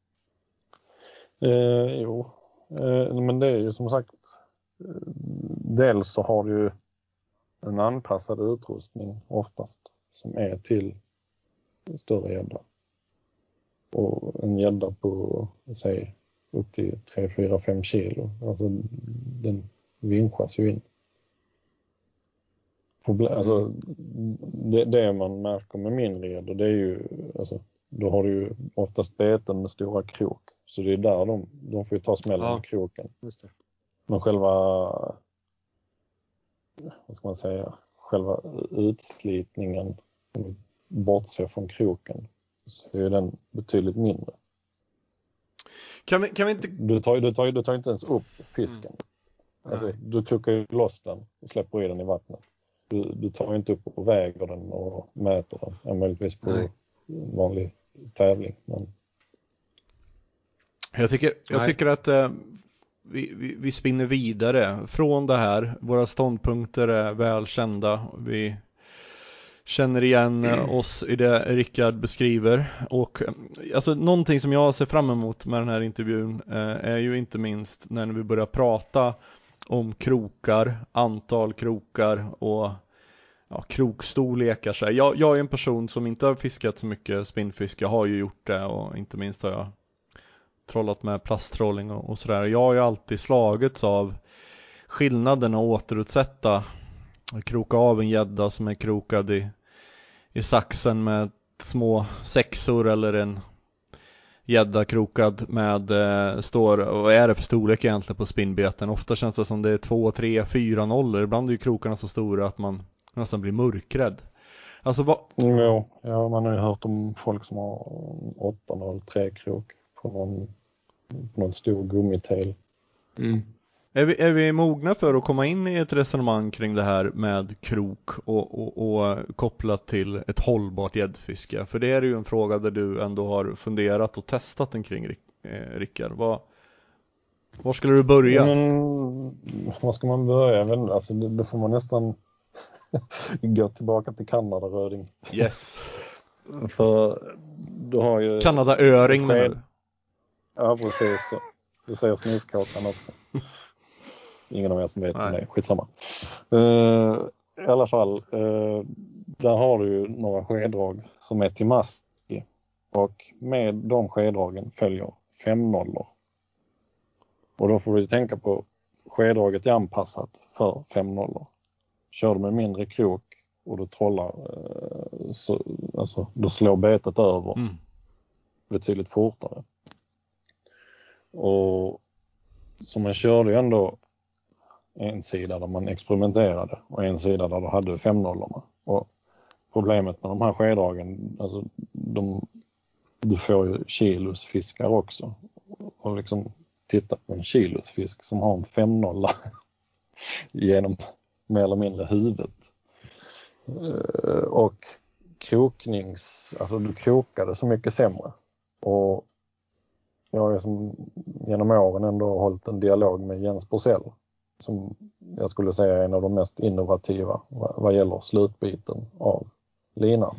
Jo, men det är ju som sagt, dels så har du ju en anpassad utrustning oftast som är till större gädda. Och en gädda på, säg, upp till 3-4-5 kilo. Alltså den vinschas ju in. Alltså, det man märker med mindre gäddor, det är ju, alltså, då har du ju oftast beten med stora krok. Så det är där de får ju ta smällen med kroken. Just det. Men själva, vad ska man säga, själva utslitningen, bortser från kroken, så är den betydligt mindre. Kan vi inte... Du tar inte ens upp fisken. Alltså, du krokar ju loss den och släpper i den i vattnet. Du tar inte upp och väger den och mäter den. Ja, möjligtvis på vanlig tävling. Men... Jag tycker att vi spinner vidare från det här. Våra ståndpunkter är väl kända. Vi känner igen oss i det Rickard beskriver. Och alltså, någonting som jag ser fram emot med den här intervjun är ju inte minst när vi börjar prata om krokar, antal krokar och krokstorlekar. Jag är en person som inte har fiskat så mycket spinnfisk. Jag har ju gjort det, och inte minst har jag trollat med plasttrolling och sådär. Jag har ju alltid slagits av skillnaden att återutsätta, kroka av en gädda som är krokad i saxen med små sexor, eller en gädda krokad med vad är det för storlek egentligen på spinnbeten? Ofta känns det som det är 2, 3, 4 nollor. Ibland är ju krokarna så stora att man nästan blir mörkrädd. Alltså Ja, man har ju hört om folk som har 803 krok på någon stor gummitel. Är vi mogna för att komma in i ett resonemang kring det här med krok och kopplat till ett hållbart gäddfiske? För det är ju en fråga där du ändå har funderat och testat den kring, Rickard. Var skulle du börja? Var ska man börja? Alltså, då får man nästan gå tillbaka till Kanada-röding. Yes. För du har ju... Kanada-öring menar du? Ja, precis. Det säger snuskåkan också. Ingen av er som vet om det är. Skitsamma. I alla fall, där har du ju några skeddrag som är till maski. Och med de skeddragen följer 5 nollor. Och då får du tänka på skeddraget är anpassat för 5 nollor. Kör du med mindre krok och du trollar, då slår betet över betydligt fortare. Och så man körde ju ändå en sida där man experimenterade och en sida där du hade 5 nollorna. Och problemet med de här skeddragen, alltså du får ju kilosfiskar också. Och liksom titta på en kilosfisk som har en 5 nolla genom mer eller mindre huvudet. Och du krokade så mycket sämre. Och jag har genom åren ändå hållit en dialog med Jens Borsell, som jag skulle säga är en av de mest innovativa vad gäller slutbiten av linan.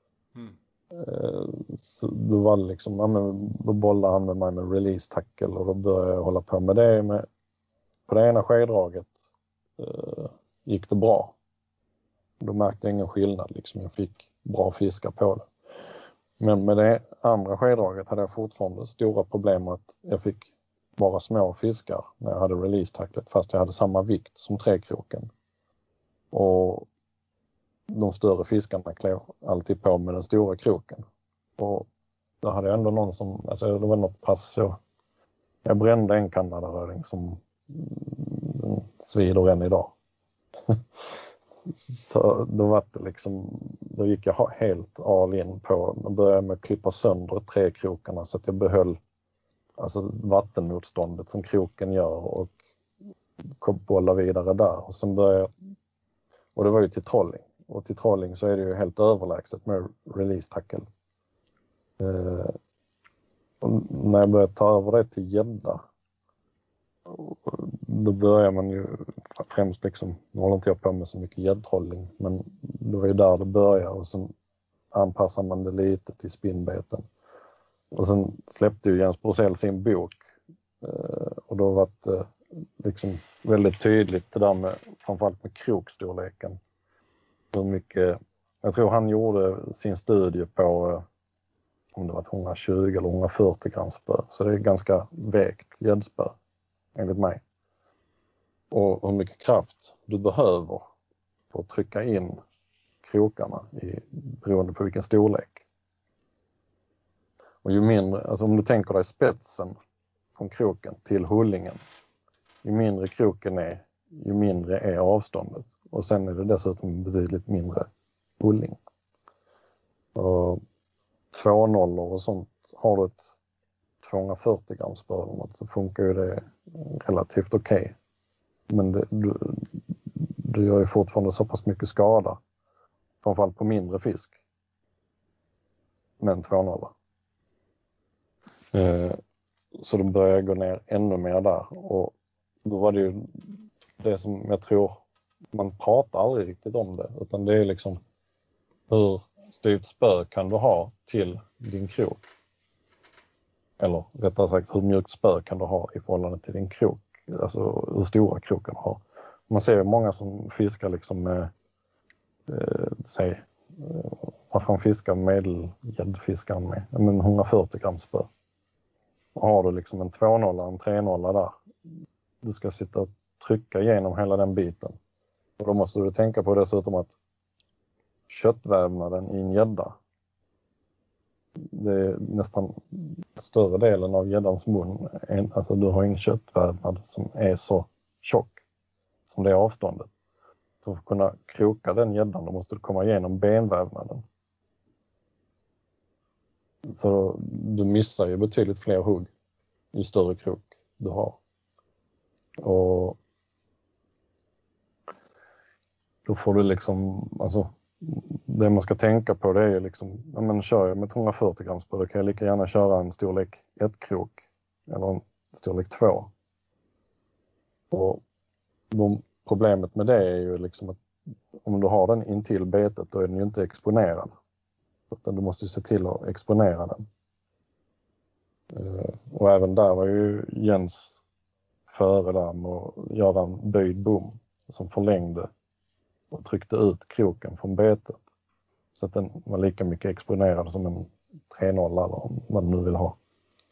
Så då var det liksom, då bollade han med mig med release-tackle och då började jag hålla på med det. På det ena skeddraget gick det bra. Då märkte jag ingen skillnad, liksom jag fick bra fiskar på det. Men med det andra skeddraget hade jag fortfarande stora problem med att jag fick bara små fiskar när jag hade release-tacklet, fast jag hade samma vikt som träkroken. Och de större fiskarna klev alltid på med den stora kroken. Och då hade jag ändå någon som, alltså det var något pass jag brände en kanadaröring som svider än idag. Så då var det liksom, då gick jag helt all in på, då började jag med att klippa sönder 3 krokarna så att jag behöll alltså vattenmotståndet som kroken gör och bolla vidare där. Och sen började jag, och det var ju till trolling. Och till trolling så är det ju helt överlägset med release tackle. Och när jag började ta över det till gädda, då börjar man ju främst liksom, nu håller inte jag på med så mycket gäddtrolling, men det var ju där det började och sen anpassar man det lite till spinnbeten. Och sen släppte ju Jens Brosell sin bok och då var det liksom väldigt tydligt det där med, framförallt med krokstorleken. Hur mycket, jag tror han gjorde sin studie på om det var 120 eller 140 gram spö. Så det är ganska vägt gäddspö enligt mig. Och hur mycket kraft du behöver för att trycka in krokarna beroende på vilken storlek. Och ju mindre, alltså om du tänker dig spetsen från kroken till hullingen, ju mindre kroken är, ju mindre är avståndet. Och sen är det dessutom betydligt mindre hulling. Och 2-0 och sånt, har du ett 240 gram spö eller något, så funkar ju det relativt okej. Men du gör ju fortfarande så pass mycket skada, framförallt på mindre fisk. Men 2-0. Så då börjar jag gå ner ännu mer där. Och då var det ju det som jag tror, man pratar aldrig riktigt om det. Utan det är liksom, hur styvt spö kan du ha till din krok? Eller rättare sagt, hur mjukt spö kan du ha i förhållande till din krok? Alltså hur stora kroken har. Man ser ju många som fiskar liksom med, vad fan fiskar medelgäddfiskar med? Men 140 gram spö. Och har du liksom en 2-0, en 3-0 där, du ska sitta och trycka igenom hela den biten. Och då måste du tänka på dessutom att köttvävnaden i en gädda, det är nästan större delen av gäddans mun. Alltså du har en köttvävnad som är så tjock som det är avståndet. Så för att kunna kroka den gäddan, då måste du komma igenom benvävnaden. Så du missar ju betydligt fler hugg ju större krok du har. Och då får du liksom, alltså det man ska tänka på det är liksom, ja men kör jag med 140 gram spö, då kan jag lika gärna köra en storlek 1-krok eller en storlek 2. Och problemet med det är ju liksom att om du har den intill betet, då är den ju inte exponerad. Utan du måste ju se till att exponera den. Och även där var ju Jens före där med att göra en böjd bom som förlängde och tryckte ut kroken från betet. Så att den var lika mycket exponerad som en 3-0 eller vad du nu vill ha.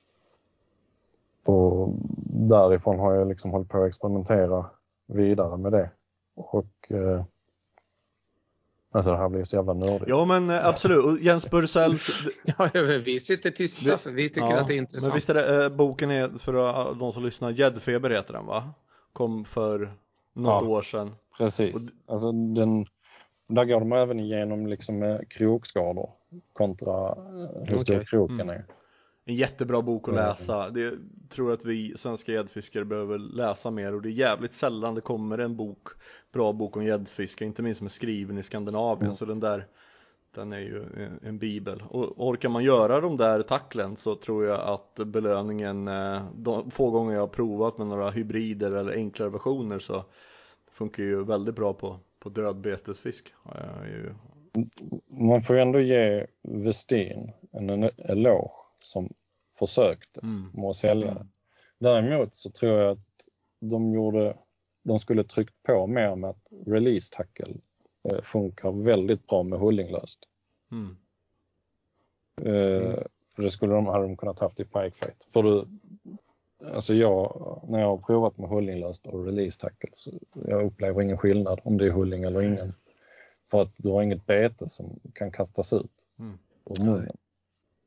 Och därifrån har jag liksom hållit på att experimentera vidare med det. Och alltså det här blir så jävla nördigt. Ja men absolut, och Jens Brosell. Ja, vi sitter tysta för vi tycker att det är intressant. Men visst är det, boken är för de som lyssnar, Gäddfeber heter den va? Kom för något år sedan. Precis, alltså där går de även igenom liksom krokskador kontra hur stor kroken är. En jättebra bok att läsa. Det tror jag att vi svenska gäddfiskare behöver läsa mer. Och det är jävligt sällan det kommer en bra bok om gäddfiske. Inte minst som är skriven i Skandinavien. Så den är ju en bibel. Och orkar man göra de där tacklen, så tror jag att belöningen, de få gånger jag har provat med några hybrider eller enklare versioner, så funkar ju väldigt bra på dödbetesfisk. Man får ju ändå ge Westin en eloge som försökte med att sälja det. Däremot så tror jag att de skulle tryckt på mer med att release tackle funkar väldigt bra med hullinglöst. För det hade de kunnat haft i pikefight. För alltså när jag har provat med hullinglöst och release tackle, så jag upplever ingen skillnad om det är hulling eller ingen. För att du har inget bete som kan kastas ut ur munnen.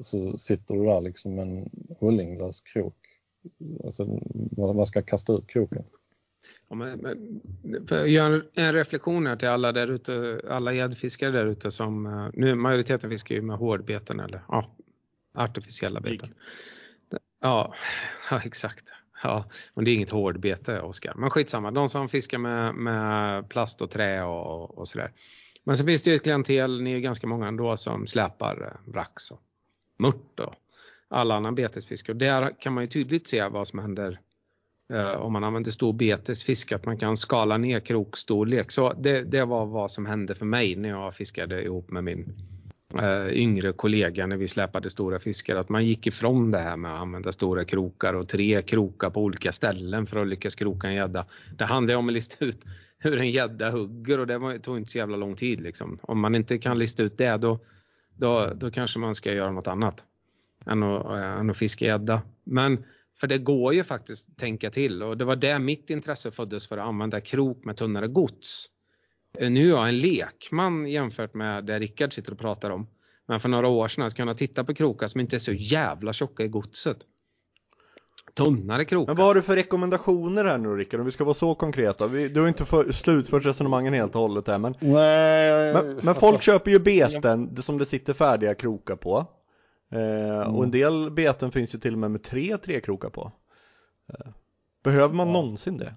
så sitter du där liksom med en hullinglös krok. Alltså man ska kasta ut kroken. Ja, men jag gör en reflektion här till alla där ute, alla gäddfiskare där ute som nu majoriteten fiskar ju med hårdbeten eller artificiella beten. Ja, exakt. Ja, men det är inget hårdbete, Oskar. Men skitsamma, de som fiskar med plast och trä och sådär. Men så finns det ju ett klientel, ni är ganska många ändå, som släpar brax och mört och alla annan betesfisk. Och där kan man ju tydligt se vad som händer om man använder stor betesfisk, att man kan skala ner krokstorlek. Så det var vad som hände för mig när jag fiskade ihop med min yngre kollega när vi släpade stora fiskar, att man gick ifrån det här med att använda stora krokar och 3 krokar på olika ställen för att lyckas kroka en gädda. Det handlar om att lista ut hur en gädda hugger, och det tog inte så jävla lång tid liksom. Om man inte kan lista ut det, då kanske man ska göra något annat än att fiska gädda. Men för det går ju faktiskt tänka till, och det var där mitt intresse föddes för att använda krok med tunnare gods. Nu är jag en lekman jämfört med det Rickard sitter och pratar om. Men för några år sedan att kunna titta på krokar som inte är så jävla tjocka i godset. Tunnare krokar. Men vad har du för rekommendationer här nu, Rickard? Om vi ska vara så konkreta. Du har inte slutfört resonemangen helt och hållet här. Men folk köper ju beten som det sitter färdiga krokar på. Och en del beten finns ju till och med 3 krokar på. Behöver man någonsin det?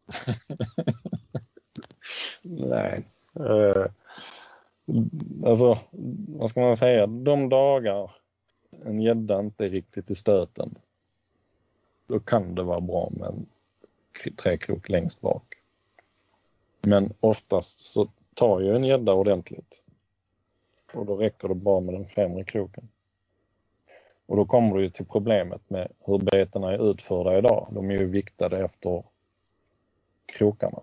Nej. Alltså, vad ska man säga? De dagar en gädda inte är riktigt i stöten, då kan det vara bra med en 3-krok längst bak. Men oftast så tar ju en gädda ordentligt. Och då räcker det bara med den främre kroken. Och då kommer du ju till problemet med hur betena är utförda idag. De är ju viktade efter krokarna.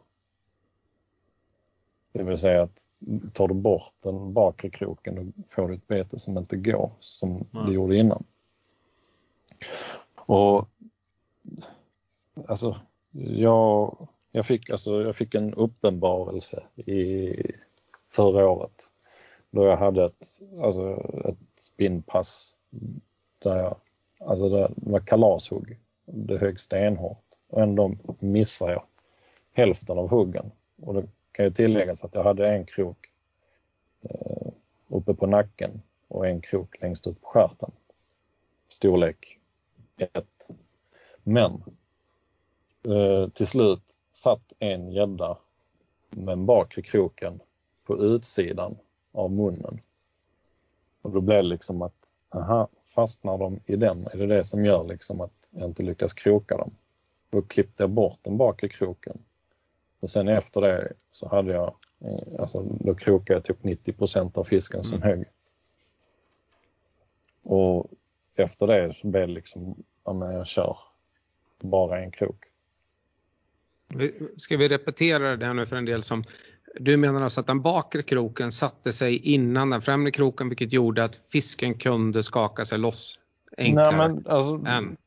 Det vill säga att tar du bort den bakre kroken, då får du ett bete som inte går som det gjorde innan. Och alltså jag fick en uppenbarelse förra året då jag hade ett spinnpass där det var kalashugg. Det högg stenhårt och ändå missade jag hälften av huggen. Och det kan ju tilläggas att jag hade en krok uppe på nacken och en krok längst ut på stjärten. Storlek 1. Men till slut satt en gädda med en bakre kroken på utsidan av munnen. Och då blev det liksom att fastnar de i den, är det som gör liksom att jag inte lyckas kroka dem. Då klippte jag bort den bakre kroken. Och sen efter det så hade jag, då krokade jag typ 90% av fisken som högg. Och efter det så blev det liksom, jag kör bara en krok. Ska vi repetera det här nu för en del som, du menar alltså att den bakre kroken satte sig innan den främre kroken, vilket gjorde att fisken kunde skaka sig loss enklare? Nej, men alltså,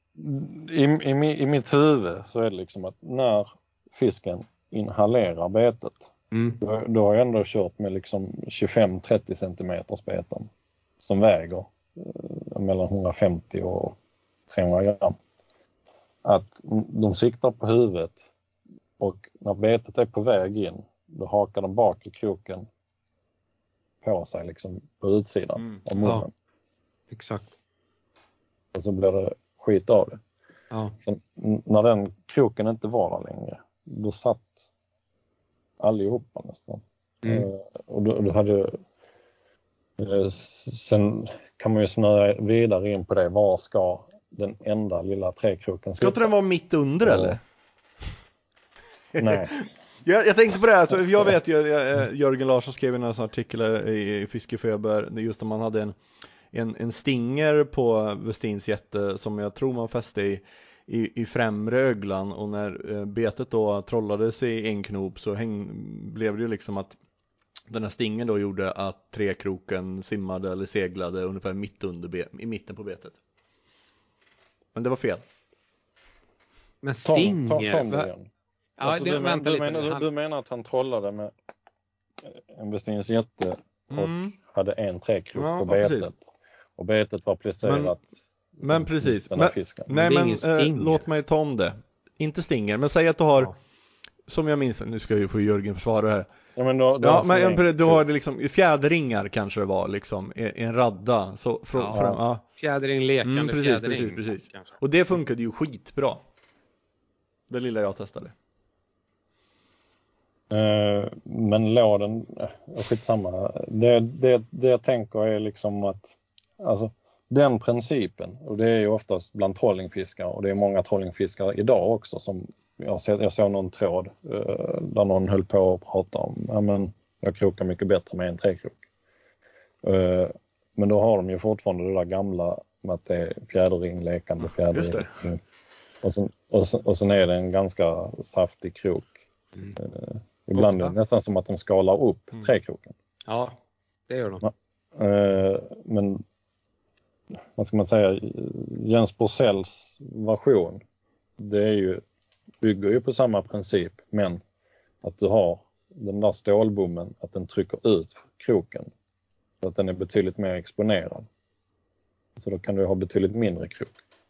i mitt huvud så är det liksom att när fisken inhalerar betet, då har jag ändå kört med liksom 25-30 centimeters beten som väger mellan 150 och 300 gram. Att de siktar på huvudet, och när betet är på väg in, då hakar de bak i kroken på sig liksom på utsidan av munnen. Ja, exakt. Och så blir det skit av det. Ja. För när den kroken inte var där längre, då satt allihopa nästan. Och då hade sen kan man ju snöa vidare in på det. Var ska den enda lilla träkroken sitta? Ska inte den vara mitt under eller? Nej. Jag tänkte på det här, så jag vet ju, Jörgen Larsson skrev en artikel i Fiskefeber just när man hade en stinger på Westins jätte som jag tror man fäste i främre öglan, och när betet då trollades i en knop så blev det ju liksom att den här stingen då gjorde att träkroken simmade eller seglade ungefär i mitten på betet. Men det var fel. Men stinger? Tom igen. Ja, alltså, du menar att han trollade med en Westins jätte och hade en träkrok på betet. Precis. Och betet var placerat. Men precis. Den här fisken. Nej, det är men ingen stinger. låt mig ta om det. Inte stinger, men säg att du har, som jag minns, nu ska jag ju få Jörgen försvara det här. Ja, men du har det liksom fjädringar kanske det var liksom i en radda så fjädring, lekande fjädring. Precis. Och det funkade ju skitbra. Det lilla jag testade. Men låden, skitsamma. Det jag tänker är liksom att alltså den principen, och det är ju oftast bland trollingfiskare, och det är många trollingfiskare idag också som jag såg någon tråd där någon höll på att prata om jag krokar mycket bättre med en träkrok. Men då har de ju fortfarande det där gamla med att det är fjäderring, lekande fjäderring. Och sen är det en ganska saftig krok. Ibland är det nästan som att de skalar upp träkroken. Ja, det gör de. Men vad ska man säga, Jens Borsells version, det är ju, bygger ju på samma princip, men att du har den där stålbommen, att den trycker ut kroken så att den är betydligt mer exponerad. Så då kan du ha betydligt mindre krok.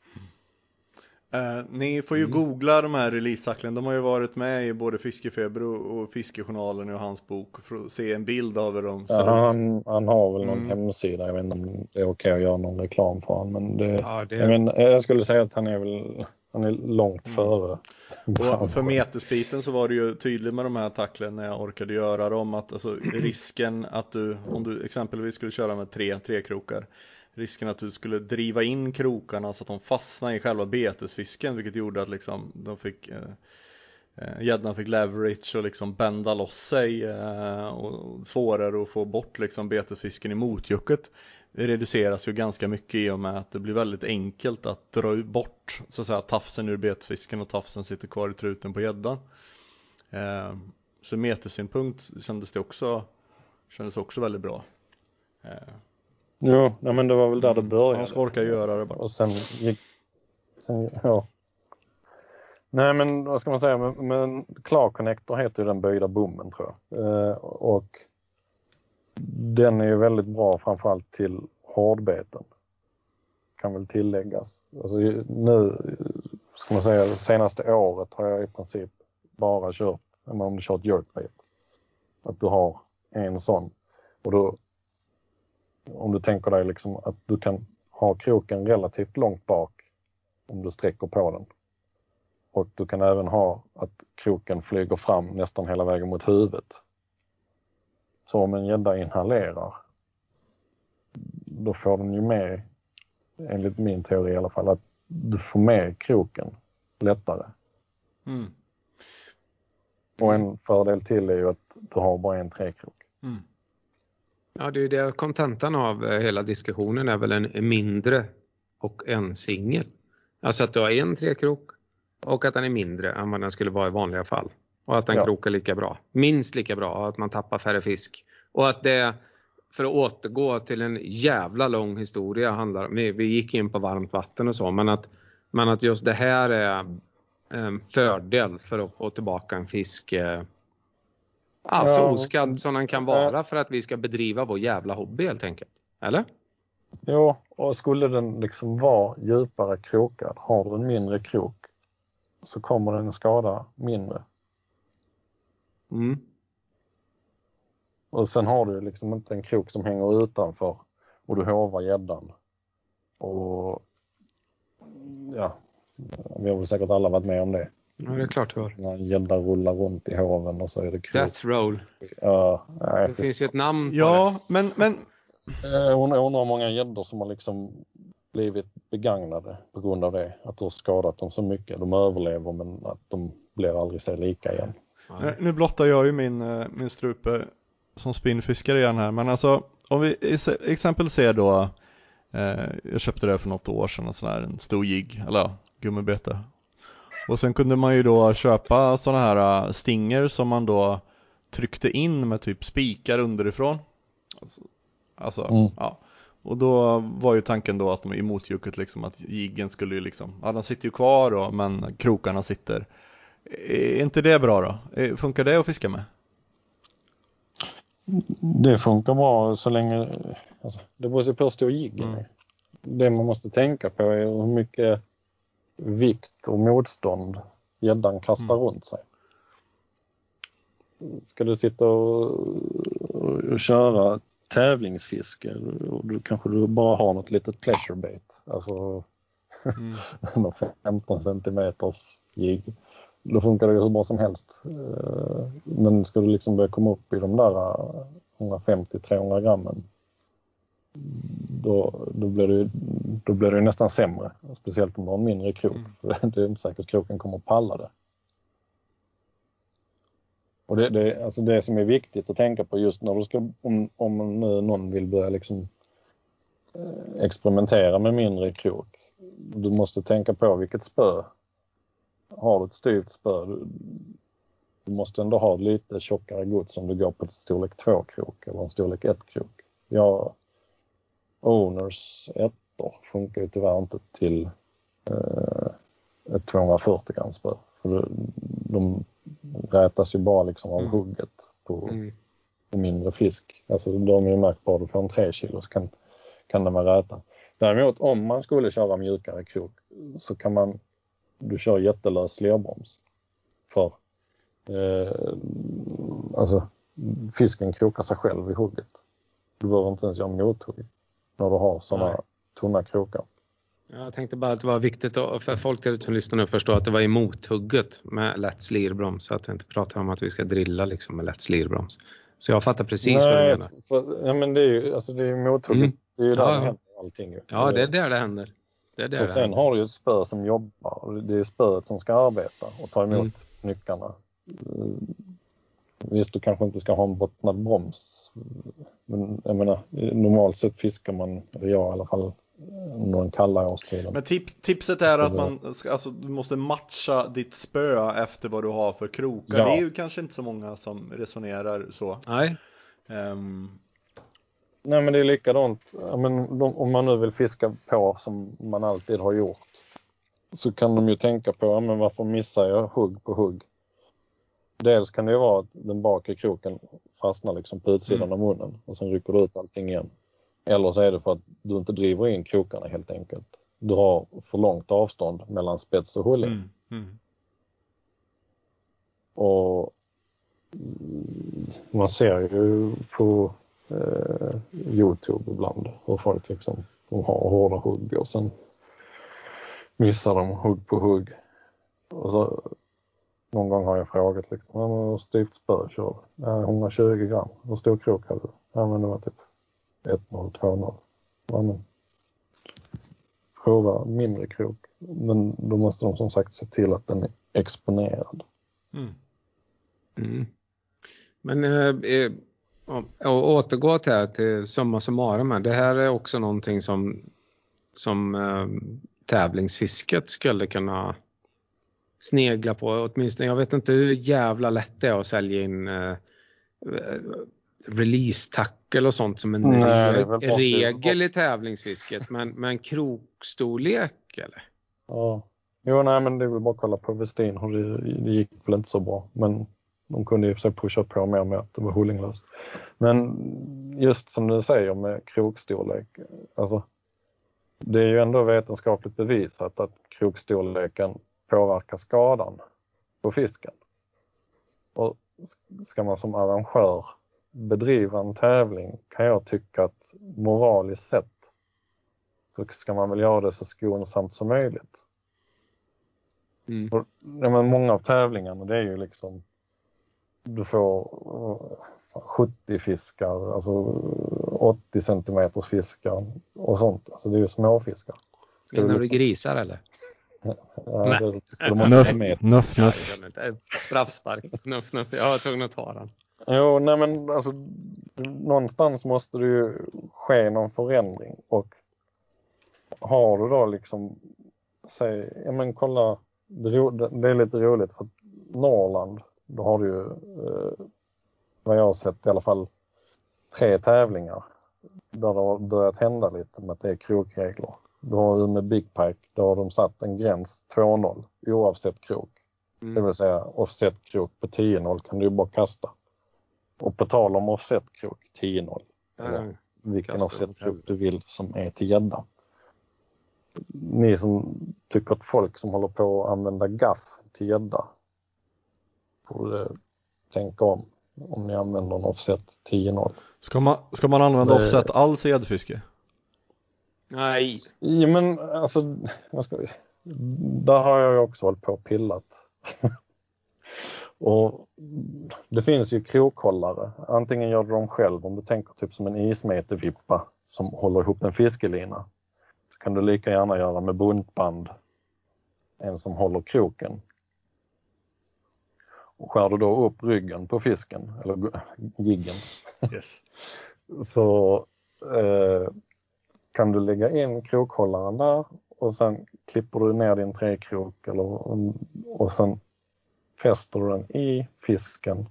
Ni får ju googla de här release-tacklen. De har ju varit med i både Fiskefeber och Fiskejournalen och hans bok för att se en bild av dem. Han har väl någon hemsida. Jag vet inte om det är okej att göra någon reklam för honom. Men jag skulle säga att han är långt före. Och för metesbiten så var det ju tydligt med de här tacklen när jag orkade göra dem. Att alltså, risken att om du exempelvis skulle köra med tre krokar, risken att du skulle driva in krokarna så att de fastnade i själva betesfisken, vilket gjorde att liksom gäddan fick leverage och liksom bända loss sig och svårare att få bort liksom betesfisken i motjucket, reduceras ju ganska mycket i och med att det blir väldigt enkelt att dra bort så att säga tafsen ur betesfisken och tafsen sitter kvar i truten på gäddan. Så metesynpunkt kändes det också väldigt bra. Jo, men det var väl där det började. Man ska orka göra det bara. Och sen ja. Nej, men vad ska man säga? Men Klar Connector heter ju den böjda bommen, tror jag. Och den är ju väldigt bra framförallt till hårdbeten. Kan väl tilläggas. Alltså nu, ska man säga, senaste året har jag i princip bara kört, om du kört jerkbait. Att du har en sån. Och då, om du tänker dig liksom att du kan ha kroken relativt långt bak om du sträcker på den. Och du kan även ha att kroken flyger fram nästan hela vägen mot huvudet. Så om en gädda inhalerar, då får den ju med, enligt min teori i alla fall, att du får med kroken lättare. Och en fördel till är ju att du har bara en träkrok. Ja, det är ju det kontentan av hela diskussionen är väl en mindre och en singel. Alltså att du har en träkrok och att den är mindre än vad den skulle vara i vanliga fall. Och att den krokar lika bra. Minst lika bra, och att man tappar färre fisk. Och att det, för att återgå till en jävla lång historia, handlar vi gick in på varmt vatten och så. Men att just det här är en fördel för att få tillbaka en fisk så oskadd som den kan vara, för att vi ska bedriva vår jävla hobby helt enkelt. Eller? Ja, och skulle den liksom vara djupare krokad, har du en mindre krok, så kommer den skada mindre. Och sen har du liksom inte en krok som hänger utanför och du hovar gäddan. Och ja, vi har väl säkert alla varit med om det. Ja, det är klart det var. När gädda rullar runt i hoven och så är det krok. Death roll. Ja, nej, det finns ju ett namn på det. Men hon undrar många gäddor som har liksom blivit begagnade på grund av det. Att du har skadat dem så mycket. De överlever, men att de blir aldrig sig lika igen. Nu blottar jag ju min strupe som spinnfiskare igen här. Men alltså, om vi exempel ser då, jag köpte det för något år sedan, en stor jigg, eller gummibete. Och sen kunde man ju då köpa såna här stinger som man då tryckte in med typ spikar underifrån. Ja. Och då var ju tanken då att de i motjucket liksom, att jiggen skulle ju liksom, den sitter ju kvar då, men krokarna sitter. Är inte det bra då? Funkar det att fiska med? Det funkar bra så länge, alltså, det beror sig på hur stor jiggen är. det man måste tänka på är hur mycket vikt och motstånd gäddan kastar runt sig. Ska du sitta och köra tävlingsfiske och du kanske bara har något litet pleasure bait, alltså 15 centimeters jigg, då funkar det hur bra som helst. Men ska du liksom börja komma upp i de där 150-300 grammen, då blir det nästan sämre, speciellt om du har en mindre krok, för det är inte säkert att kroken kommer att palla det. Och alltså det som är viktigt att tänka på just när du ska, om någon vill börja liksom experimentera med mindre krok, du måste tänka på vilket spö. Har du ett styvt spö, du måste ändå ha lite tjockare gods om du går på ett storlek 2-krok eller en storlek 1-krok. Ja, Owners 1 funkar ju tyvärr inte till ett 240 gram spö. För de rätas ju bara liksom av hugget på mindre fisk. Alltså de är ju märkbara, du får en 3 kilo så kan de vara räta. Däremot om man skulle köra mjukare krok så kan du kör jättelös slerbroms. För alltså fisken krokar sig själv i hugget. Du behöver inte ens göra mothugg när du har sådana tunna krokar. Jag tänkte bara att det var viktigt för folk som lyssnar nu förstå att det var emot hugget med lätt slirbroms, så att jag inte pratar om att vi ska drilla liksom med lätt slirbroms. Så jag fattar precis vad du menar. Ja, men det är ju alltså det är mothugget, det är ju där det händer allting ju. Ja, det är där det händer. För sen har du ju ett spö som jobbar och det är spöet som ska arbeta och ta emot nyckarna. Visst, du kanske inte ska ha en bottnad broms, men jag menar, normalt sett fiskar man, eller jag i alla fall, någon kalla årstiden. Men tipset är att du måste matcha ditt spö efter vad du har för krokar. Ja. Det är ju kanske inte så många som resonerar så. Nej. Nej, men det är likadant. Men om man nu vill fiska på som man alltid har gjort, så kan de ju tänka på, men varför missar jag hugg på hugg? Dels kan det ju vara att den bakre kroken fastnar liksom på utsidan av munnen och sen rycker du ut allting igen. Eller så är det för att du inte driver in krokarna helt enkelt. Du har för långt avstånd mellan spets och hulling. Och man ser ju på YouTube ibland hur folk liksom, de har hårda hugg och sen missar de hugg på hugg. Och så någon gång har jag frågat liksom, hur styvt spö kör du? 120 gram. Hur stor krok har du? Ja, men det var typ 1-0, 2-0. Ja, men prova mindre krok. Men då måste de som sagt se till att den är exponerad. Men återgå till summa summarum. Det här är också någonting som tävlingsfisket skulle kunna snegla på. Åtminstone, jag vet inte hur jävla lätt det är att sälja in release-tackle och sånt som en regel i tävlingsfisket. Men krokstorlek eller? Ja. Jo, nej, men det är väl bara att kolla på Westin. Det gick väl inte så bra. Men de kunde ju för pusha på mer med att det var hullinglöst. Men just som du säger med krokstorlek. Alltså, det är ju ändå vetenskapligt bevisat att krokstorleken påverkar skadan på fisken. Och ska man som arrangör bedriva en tävling, kan jag tycka att moraliskt sett så ska man väl göra det så skonsamt som möjligt. Men många av tävlingarna, det är ju liksom, du får 70 fiskar, alltså 80 centimeters fiskar och sånt. Alltså det är ju småfiskar. Menar du liksom grisar eller? Ja, det måste vara med. Nuff. Straffspark. Nuff. Jag var tvungen att ta den. Jo, nej men alltså någonstans måste det ju ske någon förändring. Och har du då liksom, säg, ja men kolla, det är lite roligt för Norrland, då har du ju vad jag har sett i alla fall 3 tävlingar där det har börjat hända lite med att det är krokregler. Då har du med Big Pike, då har de satt en gräns 2-0 oavsett krok. Det vill säga offset krok på 10-0 kan du ju bara kasta. Och på tal om offset krok 10-0. Eller vilken offset krok du vill som är till gädda. ni som tycker att folk som håller på att använda gaff till gädda borde tänka om ni använder en offset 10-0. Ska man använda offset alls i gäddfiske? Nej. Ja, men alltså, där har jag också hållit på och pillat. Och det finns ju krokhållare. Antingen gör du dem själv, om du tänker typ som en ismetervippa som håller ihop en fiskelina. Så kan du lika gärna göra med buntband. En som håller kroken. Och skär du då upp ryggen på fisken, eller jiggen. Yes. Så kan du lägga in krokhållaren där och sen klipper du ner din träkrok och sen fäster du den i fisken.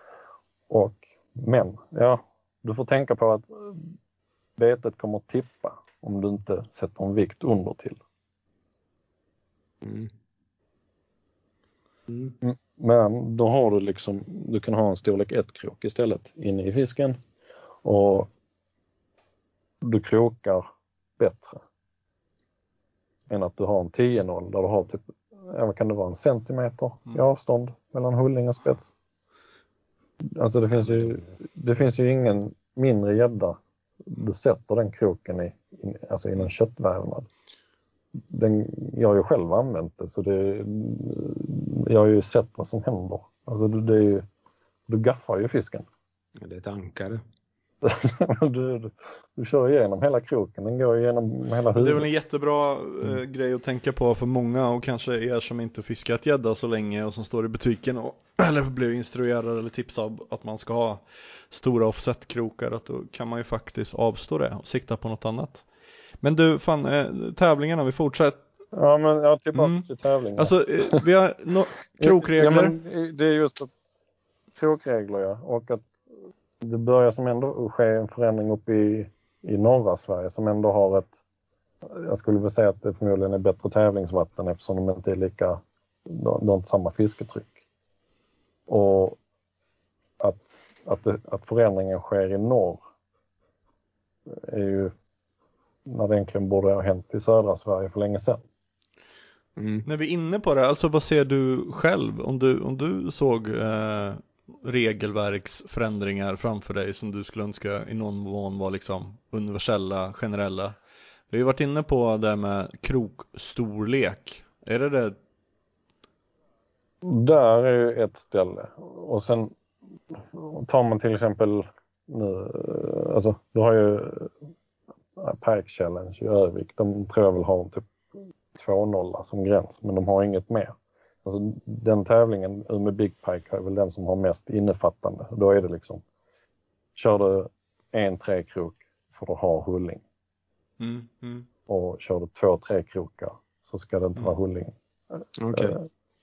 Men du får tänka på att betet kommer att tippa om du inte sätter en vikt under till. Men då har du kan ha en storlek 1-krok istället inne i fisken och du krokar bättre än att du har en 10-0 där du har typ, vad kan det vara, 1 centimeter i avstånd mellan hulling och spets. Alltså det finns ju ingen mindre gädda du sätter den kroken i en köttvävnad. Jag har ju själv använt det, så jag har ju sett vad som händer. Alltså du gaffar ju fisken. Ja, det är ett ankare. Du kör igenom hela kroken, den går igenom hela huvudet. Det är väl en jättebra grej att tänka på för många, och kanske er som inte fiskat gädda så länge och som står i butiken eller blir instruerade eller tipsade att man ska ha stora offset-krokar, att då kan man ju faktiskt avstå det och sikta på något annat. Men du, tävlingarna, vi fortsätter. Ja, men jag tillbaka till tävlingen. Alltså, vi har krokregler. Ja, men det är just att krokregler, och att det börjar som ändå ske en förändring uppe i norra Sverige som ändå har jag skulle vilja säga att det förmodligen är bättre tävlingsvatten eftersom de inte är de har inte samma fisketryck. Och att förändringen sker i norr är ju när det egentligen borde ha hänt i södra Sverige för länge sedan. När vi är inne på det, alltså vad ser du själv om du såg regelverksförändringar framför dig som du skulle önska i någon mån var liksom universella, generella? Vi har ju varit inne på det med krokstorlek. Är det? Där är ju ett ställe. Och sen tar man till exempel nu, alltså du har ju Pike Challenge i Övik. De tror jag väl har typ 2-0 som gräns, men de har inget mer. Alltså den tävlingen med Big Pike är väl den som har mest innefattande. Då är det liksom, kör du 1 träkrok för att ha hulling. Och kör du 2 träkrokar så ska det inte vara hulling. Okay.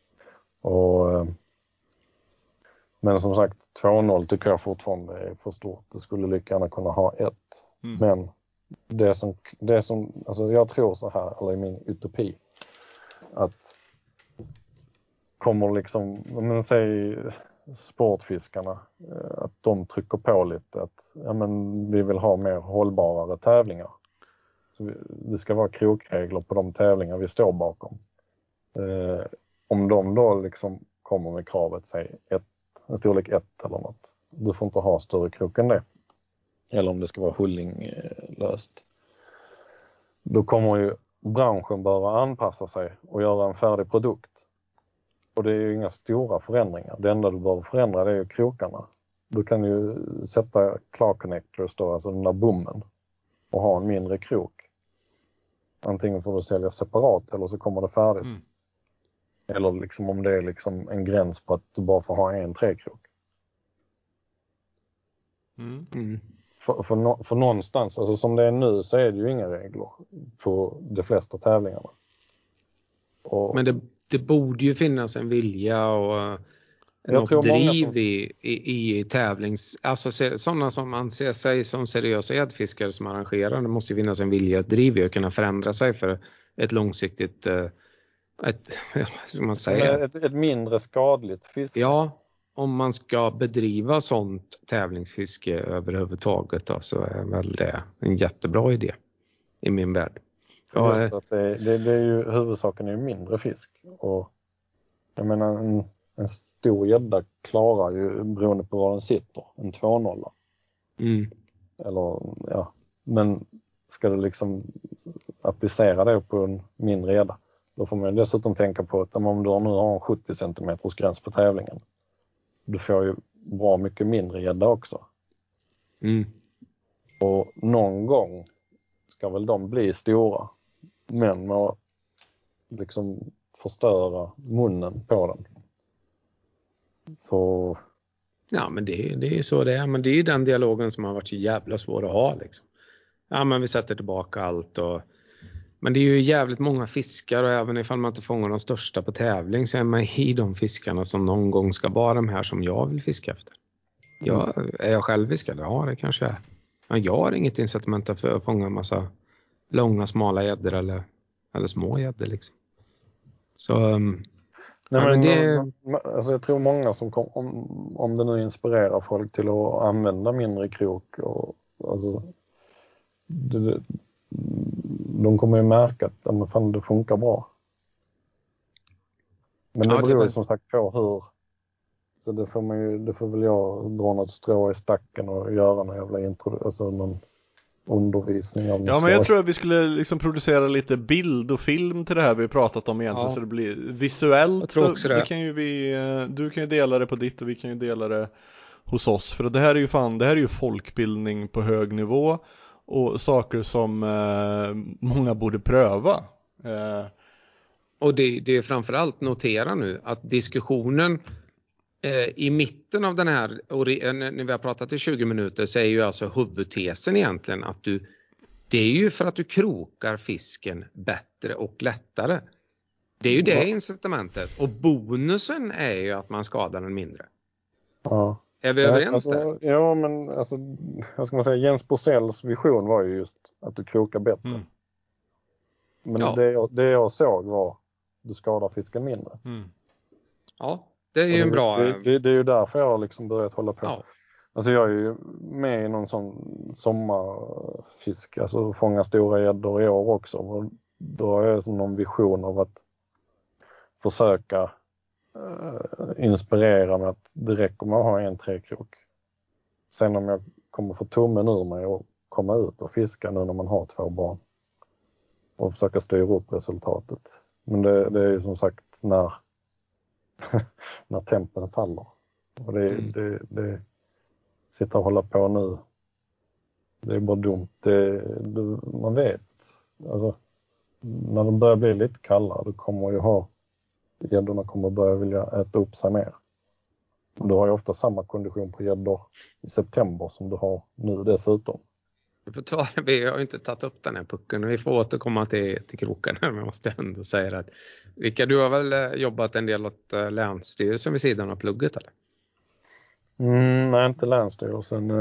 Men som sagt, 2-0 tycker jag fortfarande är för stort. Det skulle lika gärna kunna ha 1. Men det som alltså jag tror så här, eller i min utopi, att kommer liksom, men säg sportfiskarna, att de trycker på lite att vi vill ha mer hållbarare tävlingar. Så det ska vara krokregler på de tävlingar vi står bakom. Om de då liksom kommer med kravet, säg en storlek 1 eller något. Du får inte ha större krok än det. Eller om det ska vara hullinglöst. Då kommer ju branschen behöva anpassa sig och göra en färdig produkt. Och det är ju inga stora förändringar. Det enda du behöver förändra, det är ju krokarna. Du kan ju sätta claw connectors då, alltså den där bommen, och ha en mindre krok. Antingen får du sälja separat eller så kommer det färdigt. Eller liksom om det är liksom en gräns på att du bara får ha en träkrok. För någonstans, alltså som det är nu så är det ju inga regler på de flesta tävlingarna. Men det borde ju finnas en vilja och något driv i tävlings... Alltså sådana som anser sig som seriösa gäddfiskare som arrangerar, det måste ju finnas en vilja att driva och kunna förändra sig för ett långsiktigt... som man säger. Ett mindre skadligt fiske. Ja, om man ska bedriva sånt tävlingsfiske överhuvudtaget då, så är väl det en jättebra idé i min värld. För just att det är ju, huvudsaken är ju mindre fisk. Och jag menar en stor gädda klarar ju, beroende på var den sitter, en 2-0. Eller ja, men ska du liksom applicera det på en mindre gädda, då får man dessutom tänka på att om du nu har en 70 cm gräns på tävlingen, du får ju bra mycket mindre gädda också. Och någon gång ska väl de bli stora, men med liksom förstöra munnen på den. Så ja, men det är ju så det är. Men det är ju den dialogen som har varit så jävla svår att ha liksom. Ja, men vi sätter tillbaka allt men det är ju jävligt många fiskar, och även ifall man inte fångar de största på tävling så är man i de fiskarna som någon gång ska vara de här som jag vill fiska efter. Är jag själviskad? Ja, det kanske är. Men jag har inget incitament för att fånga en massa långa, smala gäddor eller små gäddor liksom. Så nej, men det... alltså jag tror många som om det nu inspirerar folk till att använda mindre krok, och alltså de kommer ju märka att fan, det funkar bra. Men det beror ju som sagt på hur, så det får väl jag dra något strå i stacken och göra någon jävla någon undervisning om. Ja, men jag tror att vi skulle liksom producera lite bild och film till det här vi pratat om egentligen, så det blir visuellt. Jag tror också det. Kan ju du kan ju dela det på ditt och vi kan ju dela det hos oss, för det här är ju folkbildning på hög nivå och saker som många borde pröva. Och det är framförallt notera nu att diskussionen i mitten av den här, när vi har pratat i 20 minuter, så är ju alltså huvudtesen egentligen att det är ju för att du krokar fisken bättre och lättare. Det är ju det incitamentet. Och bonusen är ju att man skadar den mindre. Ja. Är vi överens där? Ja, men alltså, vad ska man säga, Jens Borsells vision var ju just att du krokar bättre. Men det jag såg var du skadar fisken mindre. Ja, det är ju en bra... Det är ju därför jag har liksom börjat hålla på. Ja. Alltså jag är ju med i någon sån sommarfisk, alltså fånga stora gäddor i år också. Och då har jag någon vision av att försöka inspirera med att det räcker med att ha en träkrok. Sen om jag kommer få tummen ur mig och komma ut och fiska nu när man har 2 barn. Och försöka styra upp resultatet. Men det är ju som sagt när tempen faller. Och det sitter och hålla på nu. Det är bara dumt. Man vet. Alltså, när de börjar bli lite kallare, då kommer ju gäddorna kommer börja vilja äta upp sig mer. Du har ju ofta samma kondition på gäddor i september som du har nu dessutom. Vi har ju inte tagit upp den här pucken och vi får återkomma till krokarna, men jag måste ändå säga att du har väl jobbat en del åt Länsstyrelsen vid sidan av plugget, eller? Nej, inte Länsstyrelsen,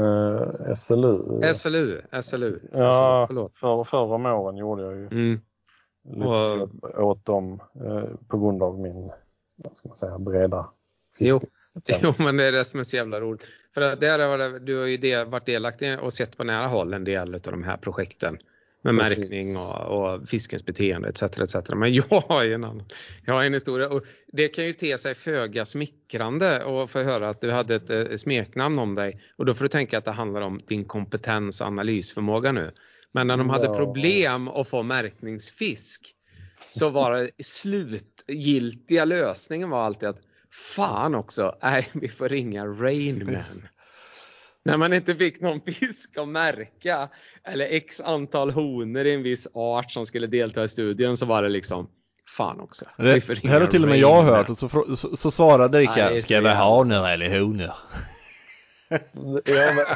SLU. Ja, förra om åren gjorde jag ju lite åt dem på grund av min, vad ska man säga, breda fiske. Jo, men det är det som är så jävla roligt. För att du har ju varit delaktig och sett på nära håll en del av de här projekten. Med märkning och fiskens beteende etc. Men jag har ju en historia. Och det kan ju te sig föga smickrande och få höra att du hade ett smeknamn om dig. Och då får du tänka att det handlar om din kompetens och analysförmåga nu. Men när de hade problem att få märkningsfisk, så var det slutgiltiga lösningen var alltid att fan också, vi får ringa Rainman. När man inte fick någon fisk att märka eller x antal honor i en viss art som skulle delta i studien, så var det liksom fan också. Det här har till och med jag hört, och så svarade Rickard, ska vi ha honor eller honor? Ja, men...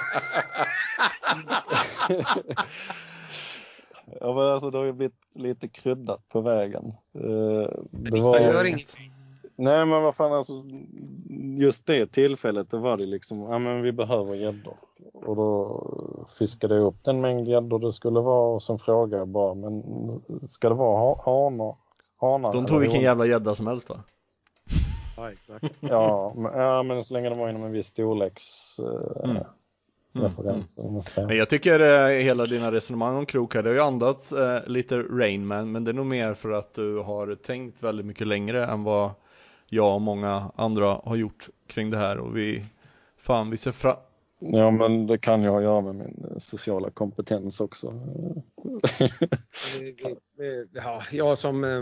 ja, men alltså det har ju blivit lite kryddat på vägen. Det gör ingenting. Nej, men vad fan, alltså just det tillfället då var det liksom, ja men vi behöver gäddor. Och då fiskade jag upp den mängd gäddor det skulle vara, och sen frågade jag bara, men ska det vara hanar? De tog vilken jävla gädda som helst, va? Ja, exakt. Ja, men så länge de var inom en viss storleks referenser. Men jag tycker hela dina resonemang om krok här, det har ju andats lite Rain Man, men det är nog mer för att du har tänkt väldigt mycket längre än vad jag och många andra har gjort kring det här, och vi ser fram. Ja, men det kan jag göra med min sociala kompetens också. Ja, jag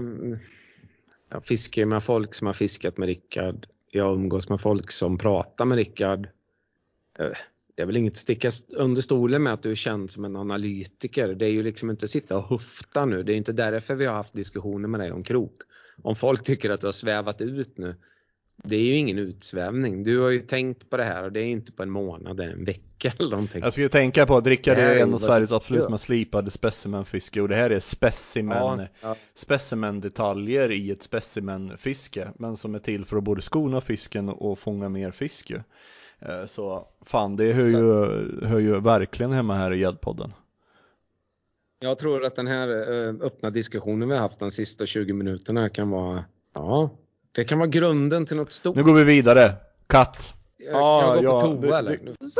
fiskar med folk som har fiskat med Rickard. Jag umgås med folk som pratar med Rickard. Det är väl inget sticka under stolen med att du är känd som en analytiker. Det är ju liksom inte sitta och hufta nu. Det är inte därför vi har haft diskussioner med dig om krok. Om folk tycker att du har svävat ut nu, det är ju ingen utsvävning. Du har ju tänkt på det här, och det är inte på en månad, det är en vecka eller någonting. Jag skulle tänka på att Rickard är en av Sveriges absolut mest slipade specimenfiske, och det här är specimendetaljer i ett specimenfiske, men som är till för att både skona fisken och fånga mer fisk. Så fan, det hör ju verkligen hemma här i Gäddpodden. Jag tror att den här öppna diskussionen vi har haft de sista 20 minuterna kan vara, det kan vara grunden till något stort. Nu går vi vidare. Katt. Jag går på toa eller?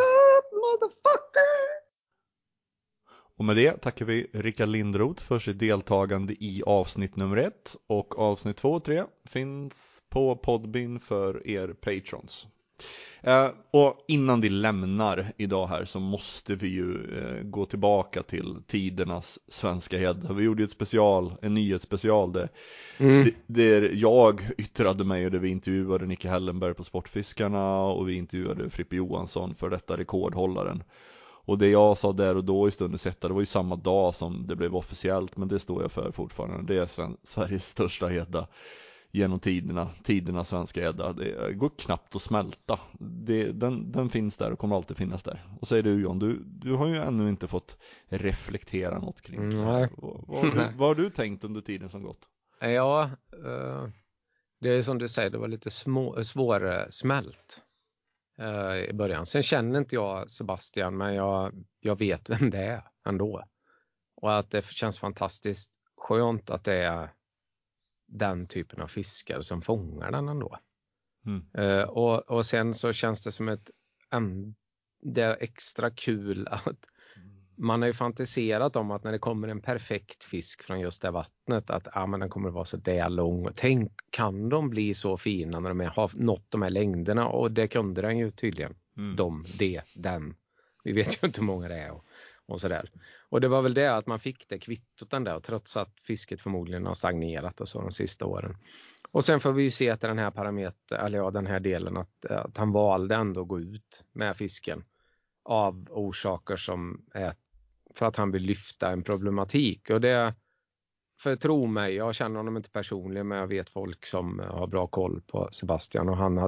Och med det tackar vi Rickard Lindroth för sitt deltagande i avsnitt nummer 1. Och avsnitt 2 och 3 finns på Podbean för er patrons. Och innan vi lämnar idag här så måste vi ju gå tillbaka till tidernas svenska gädda. Vi gjorde ju en nyhetsspecial där jag yttrade mig, och där vi intervjuade Nicke Hellenberg på Sportfiskarna, och vi intervjuade Frippe Johansson för detta rekordhållaren. Och det jag sa där och då i stunden sett, det var ju samma dag som det blev officiellt, men det står jag för fortfarande. Det är Sveriges största gädda genom tiderna svenska gädda. Det går knappt att smälta. Den finns där och kommer alltid finnas där. Och säger du, John, du har ju ännu inte fått reflektera något kring det. Nej. Vad har du tänkt under tiden som gått? Ja, det är som du säger, det var lite svårsmält i början. Sen känner inte jag Sebastian, men jag vet vem det är ändå. Och att det känns fantastiskt skönt att det är den typen av fiskar som fångar den ändå. Och sen så känns det som det är extra kul att man har ju fantiserat om att när det kommer en perfekt fisk från just det vattnet, att men den kommer att vara så där lång, och tänk, kan de bli så fina när de har nått de här längderna, och det kunde den ju tydligen. Den. Vi vet ju inte hur många det är och sådär. Och det var väl det att man fick det kvittot den där, trots att fisket förmodligen har stagnerat och så de sista åren. Och sen får vi ju se att den här den här delen att han valde ändå att gå ut med fisken av orsaker som är för att han vill lyfta en problematik. Och det, för tro mig, jag känner honom inte personligen, men jag vet folk som har bra koll på Sebastian, och han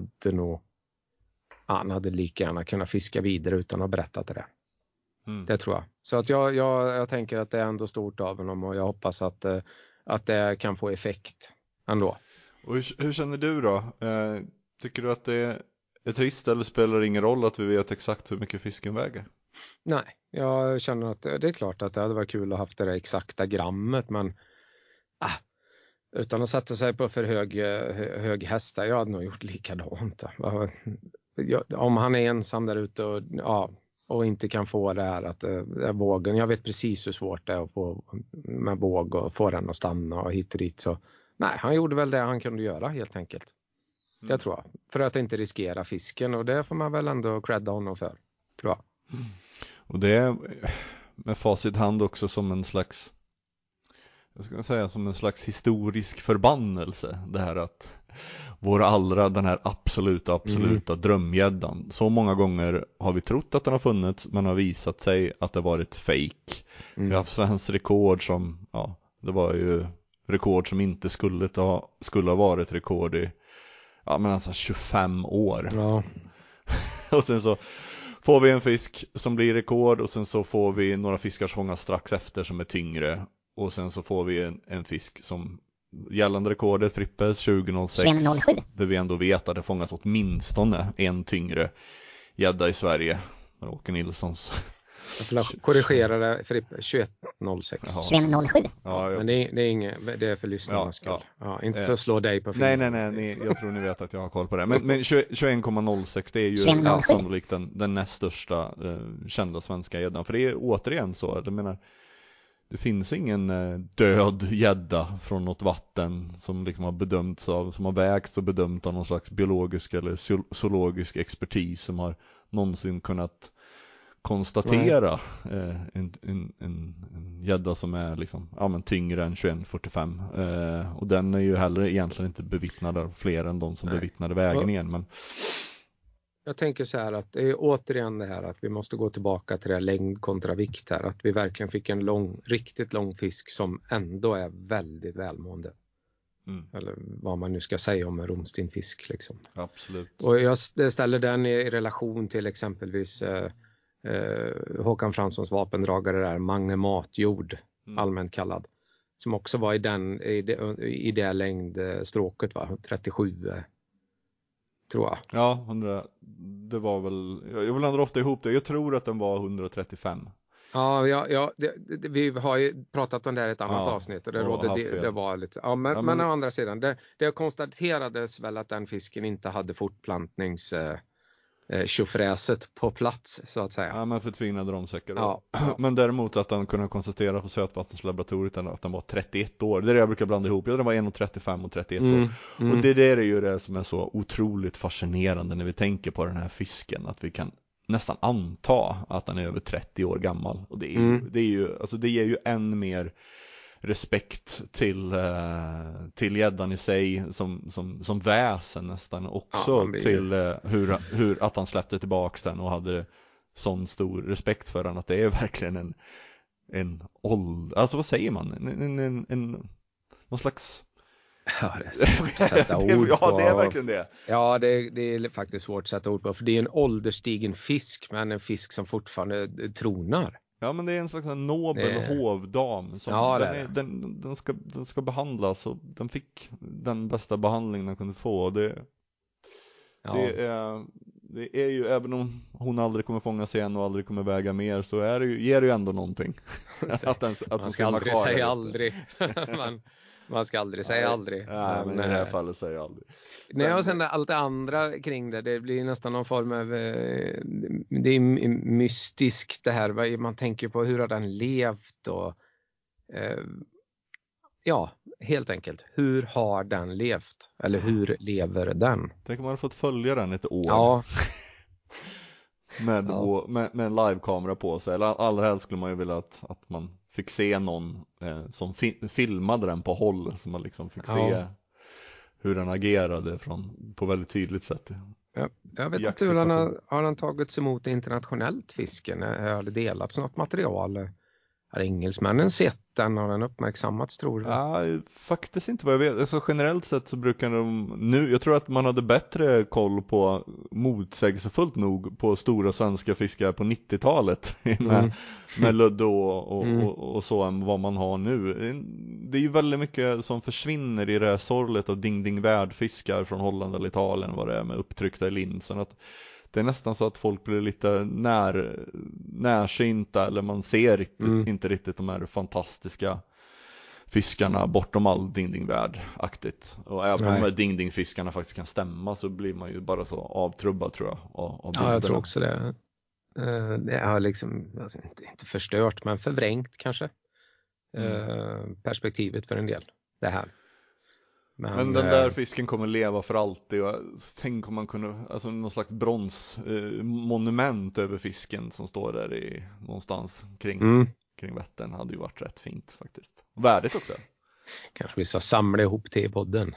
hade lika gärna kunnat fiska vidare utan att ha berättat det. Det tror jag. Så att jag tänker att det är ändå stort av honom, och jag hoppas att det kan få effekt ändå. Och hur känner du då? Tycker du att det är trist, eller spelar det ingen roll att vi vet exakt hur mycket fisken väger? Nej, jag känner att det är klart att det hade varit kul att ha haft det exakta grammet, men utan att sätta sig på för hög hästar, jag hade nog gjort likadant. Om han är ensam där ute och inte kan få det här att vågen, jag vet precis hur svårt det är att få med våg och få den att stanna och hit och dit, så nej, han gjorde väl det han kunde göra helt enkelt. Jag tror jag. För att inte riskera fisken, och det får man väl ändå credda honom för, tror jag. Och det är med facit hand också som en slags, som en slags historisk förbannelse, det här att den här absoluta drömgäddan. Så många gånger har vi trott att den har funnits, men har visat sig att det varit fake. Vi har haft svensk rekord som, det var ju rekord som inte skulle ha varit rekord i 25 år. Ja. Och sen så får vi en fisk som blir rekord, och sen så får vi några fiskar som fångas strax efter som är tyngre, och sen så får vi en fisk som gällande rekordet Frippes 2006, där vi ändå vet att det fångas åtminstone en tyngre gädda i Sverige, Åke Nilssons Jag får korrigera det, Frippe. 21.06. 21.07. Ja, Men det är inget, det är för lyssnarnas skull. Ja, inte för att slå dig på fingret. Nej, jag tror ni vet att jag har koll på det. Men 21,06 det är ju 21,07. sannolikt den näst största kända svenska gäddan. För det är återigen så, jag menar, det finns ingen död gädda från något vatten som liksom har bedömts som har vägts och bedömt av någon slags biologisk eller zoologisk expertis som har någonsin kunnat konstatera en gädda som är liksom, tyngre än 21,45 och den är ju heller egentligen inte bevittnad av fler än de som bevittnade vägningen. Men jag tänker så här att det är återigen det här att vi måste gå tillbaka till det här längd kontra vikt här. Att vi verkligen fick en riktigt lång fisk som ändå är väldigt välmående. Eller vad man nu ska säga om en romstinfisk liksom. Absolut. Och jag ställer den i relation till exempelvis Håkan Franssons vapendragare där, Mange Matjord, allmänt kallad. Som också var i det längdstråket, va? 37 tror jag. Ja, 100, det var väl, jag vill ändå ofta ihop det. Jag tror att den var 135. Ja, vi har ju pratat om det här i ett annat avsnitt och det var lite, men å andra sidan, det konstaterades väl att den fisken inte hade fortplantnings tjofräset på plats så att säga. Ja, men förtvinade de säkert. Ja. Men däremot att han kunde konstatera på sötvattenslaboratoriet att den var 31 år. Det är det jag brukar blanda ihop. Den var 1,35 och 31 år. Och det är ju det som är så otroligt fascinerande när vi tänker på den här fisken. Att vi kan nästan anta att den är över 30 år gammal. Och det ger ju än mer respekt till gäddan i sig som väsen nästan också till hur att han släppte tillbaks den och hade sån stor respekt för den, att det är verkligen en alltså vad säger man, någon slags det är svårt att sätta ord på. Ja, det är verkligen det. Ja, det är faktiskt svårt att sätta ord på, för det är en ålderstigen fisk, men en fisk som fortfarande tronar. Ja, men det är en slags nobel hovdam som den ska behandlas, och den fick den bästa behandling den kunde få. Det är ju, även om hon aldrig kommer fångas igen och aldrig kommer väga mer, så ger det ju ändå någonting. Man ska aldrig säga aldrig. Man ska aldrig säga aldrig. Ja, men i det här fallet säger jag aldrig. Nej, och sen allt det andra kring det blir nästan någon form av det är mystiskt det här. Man tänker på hur har den levt och helt enkelt. Hur har den levt? Eller hur lever den? Tänk om man har fått följa den ett år. Ja. med en livekamera på sig. Eller allra helst skulle man ju vilja att man fick se någon som filmade den på håll, så man liksom fick se hur den agerade på väldigt tydligt sätt. Jag vet inte hur har han tagits emot internationellt, fisken? Har det delats något material? Har engelsmännen sett den? Har den uppmärksammats, tror du? Ja, faktiskt inte vad jag vet. Alltså, generellt sett så brukar de nu, jag tror att man hade bättre koll på, motsägelsefullt nog, på stora svenska fiskar på 90-talet med Ludde och så än vad man har nu. Det är ju väldigt mycket som försvinner i det här sorlet av ding-ding-värdfiskar från Holland eller Italien, vad det är, med upptryckta i linsen. Att det är nästan så att folk blir lite närsynta, eller man ser inte riktigt de här fantastiska fiskarna bortom all ding-ding-värd-aktigt. Och även om de här ding-ding-fiskarna faktiskt kan stämma, så blir man ju bara så avtrubbad, tror jag. Ja, jag tror också det. Det har liksom, alltså, inte förstört, men förvrängt kanske. Perspektivet för en del, det här. Men den där fisken kommer leva för alltid, och tänk om man kunde, alltså någon slags bronsmonument över fisken som står där någonstans kring Vättern, hade ju varit rätt fint faktiskt. Värdigt också. Kanske vi ska samla ihop till podden.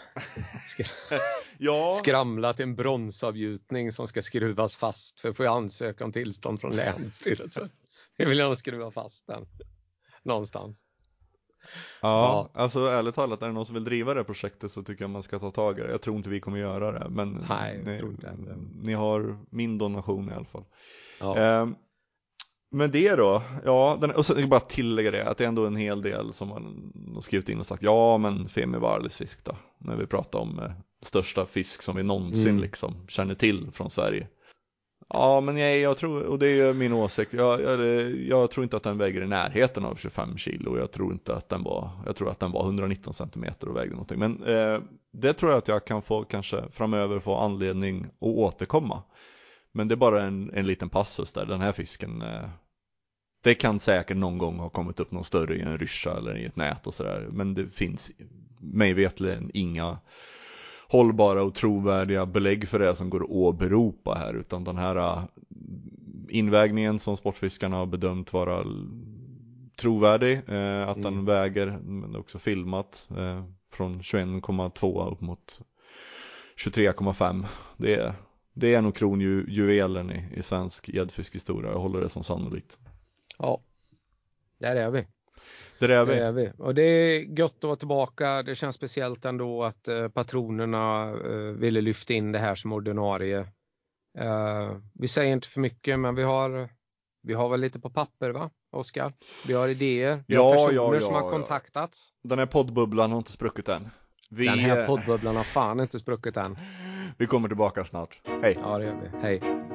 Skramla till en bronsavgjutning som ska skruvas fast, för att få ansöka om tillstånd från länsstyrelsen. Jag vill gärna skruva fast den någonstans. Ja, alltså ärligt talat, är det någon som vill driva det projektet, så tycker jag man ska ta tag i det. Jag tror inte vi kommer göra det, men ni har min donation i alla fall. Ja. Men det då, och så jag bara tillägga det, att det är ändå en hel del som man har skrivit in och sagt, men Femi Varlis fisk då, när vi pratar om största fisk som vi någonsin liksom känner till från Sverige. Ja, men jag tror, och det är min åsikt, jag tror inte att den väger i närheten av 25 kilo. Jag tror att den var 119 centimeter och vägde någonting. Men det tror jag att jag kan få kanske framöver få anledning att återkomma. Men det är bara en liten passus där. Den här fisken, det kan säkert någon gång ha kommit upp någon större i en ryscha eller i ett nät och sådär. Men det finns mig vetligen inga hållbara och trovärdiga belägg för det som går att åberopa här, utan den här invägningen som sportfiskarna har bedömt vara trovärdig, att den väger, men det är också filmat från 21,2 upp mot 23,5. Det är nog kronjuvelen i svensk gäddfiskhistoria. Jag håller det som sannolikt. Ja, där är vi. Det är vi. Och det är gött att vara tillbaka. Det känns speciellt ändå att patronerna ville lyfta in det här som ordinarie. Vi säger inte för mycket, men vi har väl lite på papper, va, Oskar? Vi har idéer. Vi har personer som har kontaktats. Den här poddbubblan har inte spruckit än. Den här poddbubblan har fan inte spruckit än. Vi kommer tillbaka snart. Hej. Ja, det gör vi. Hej.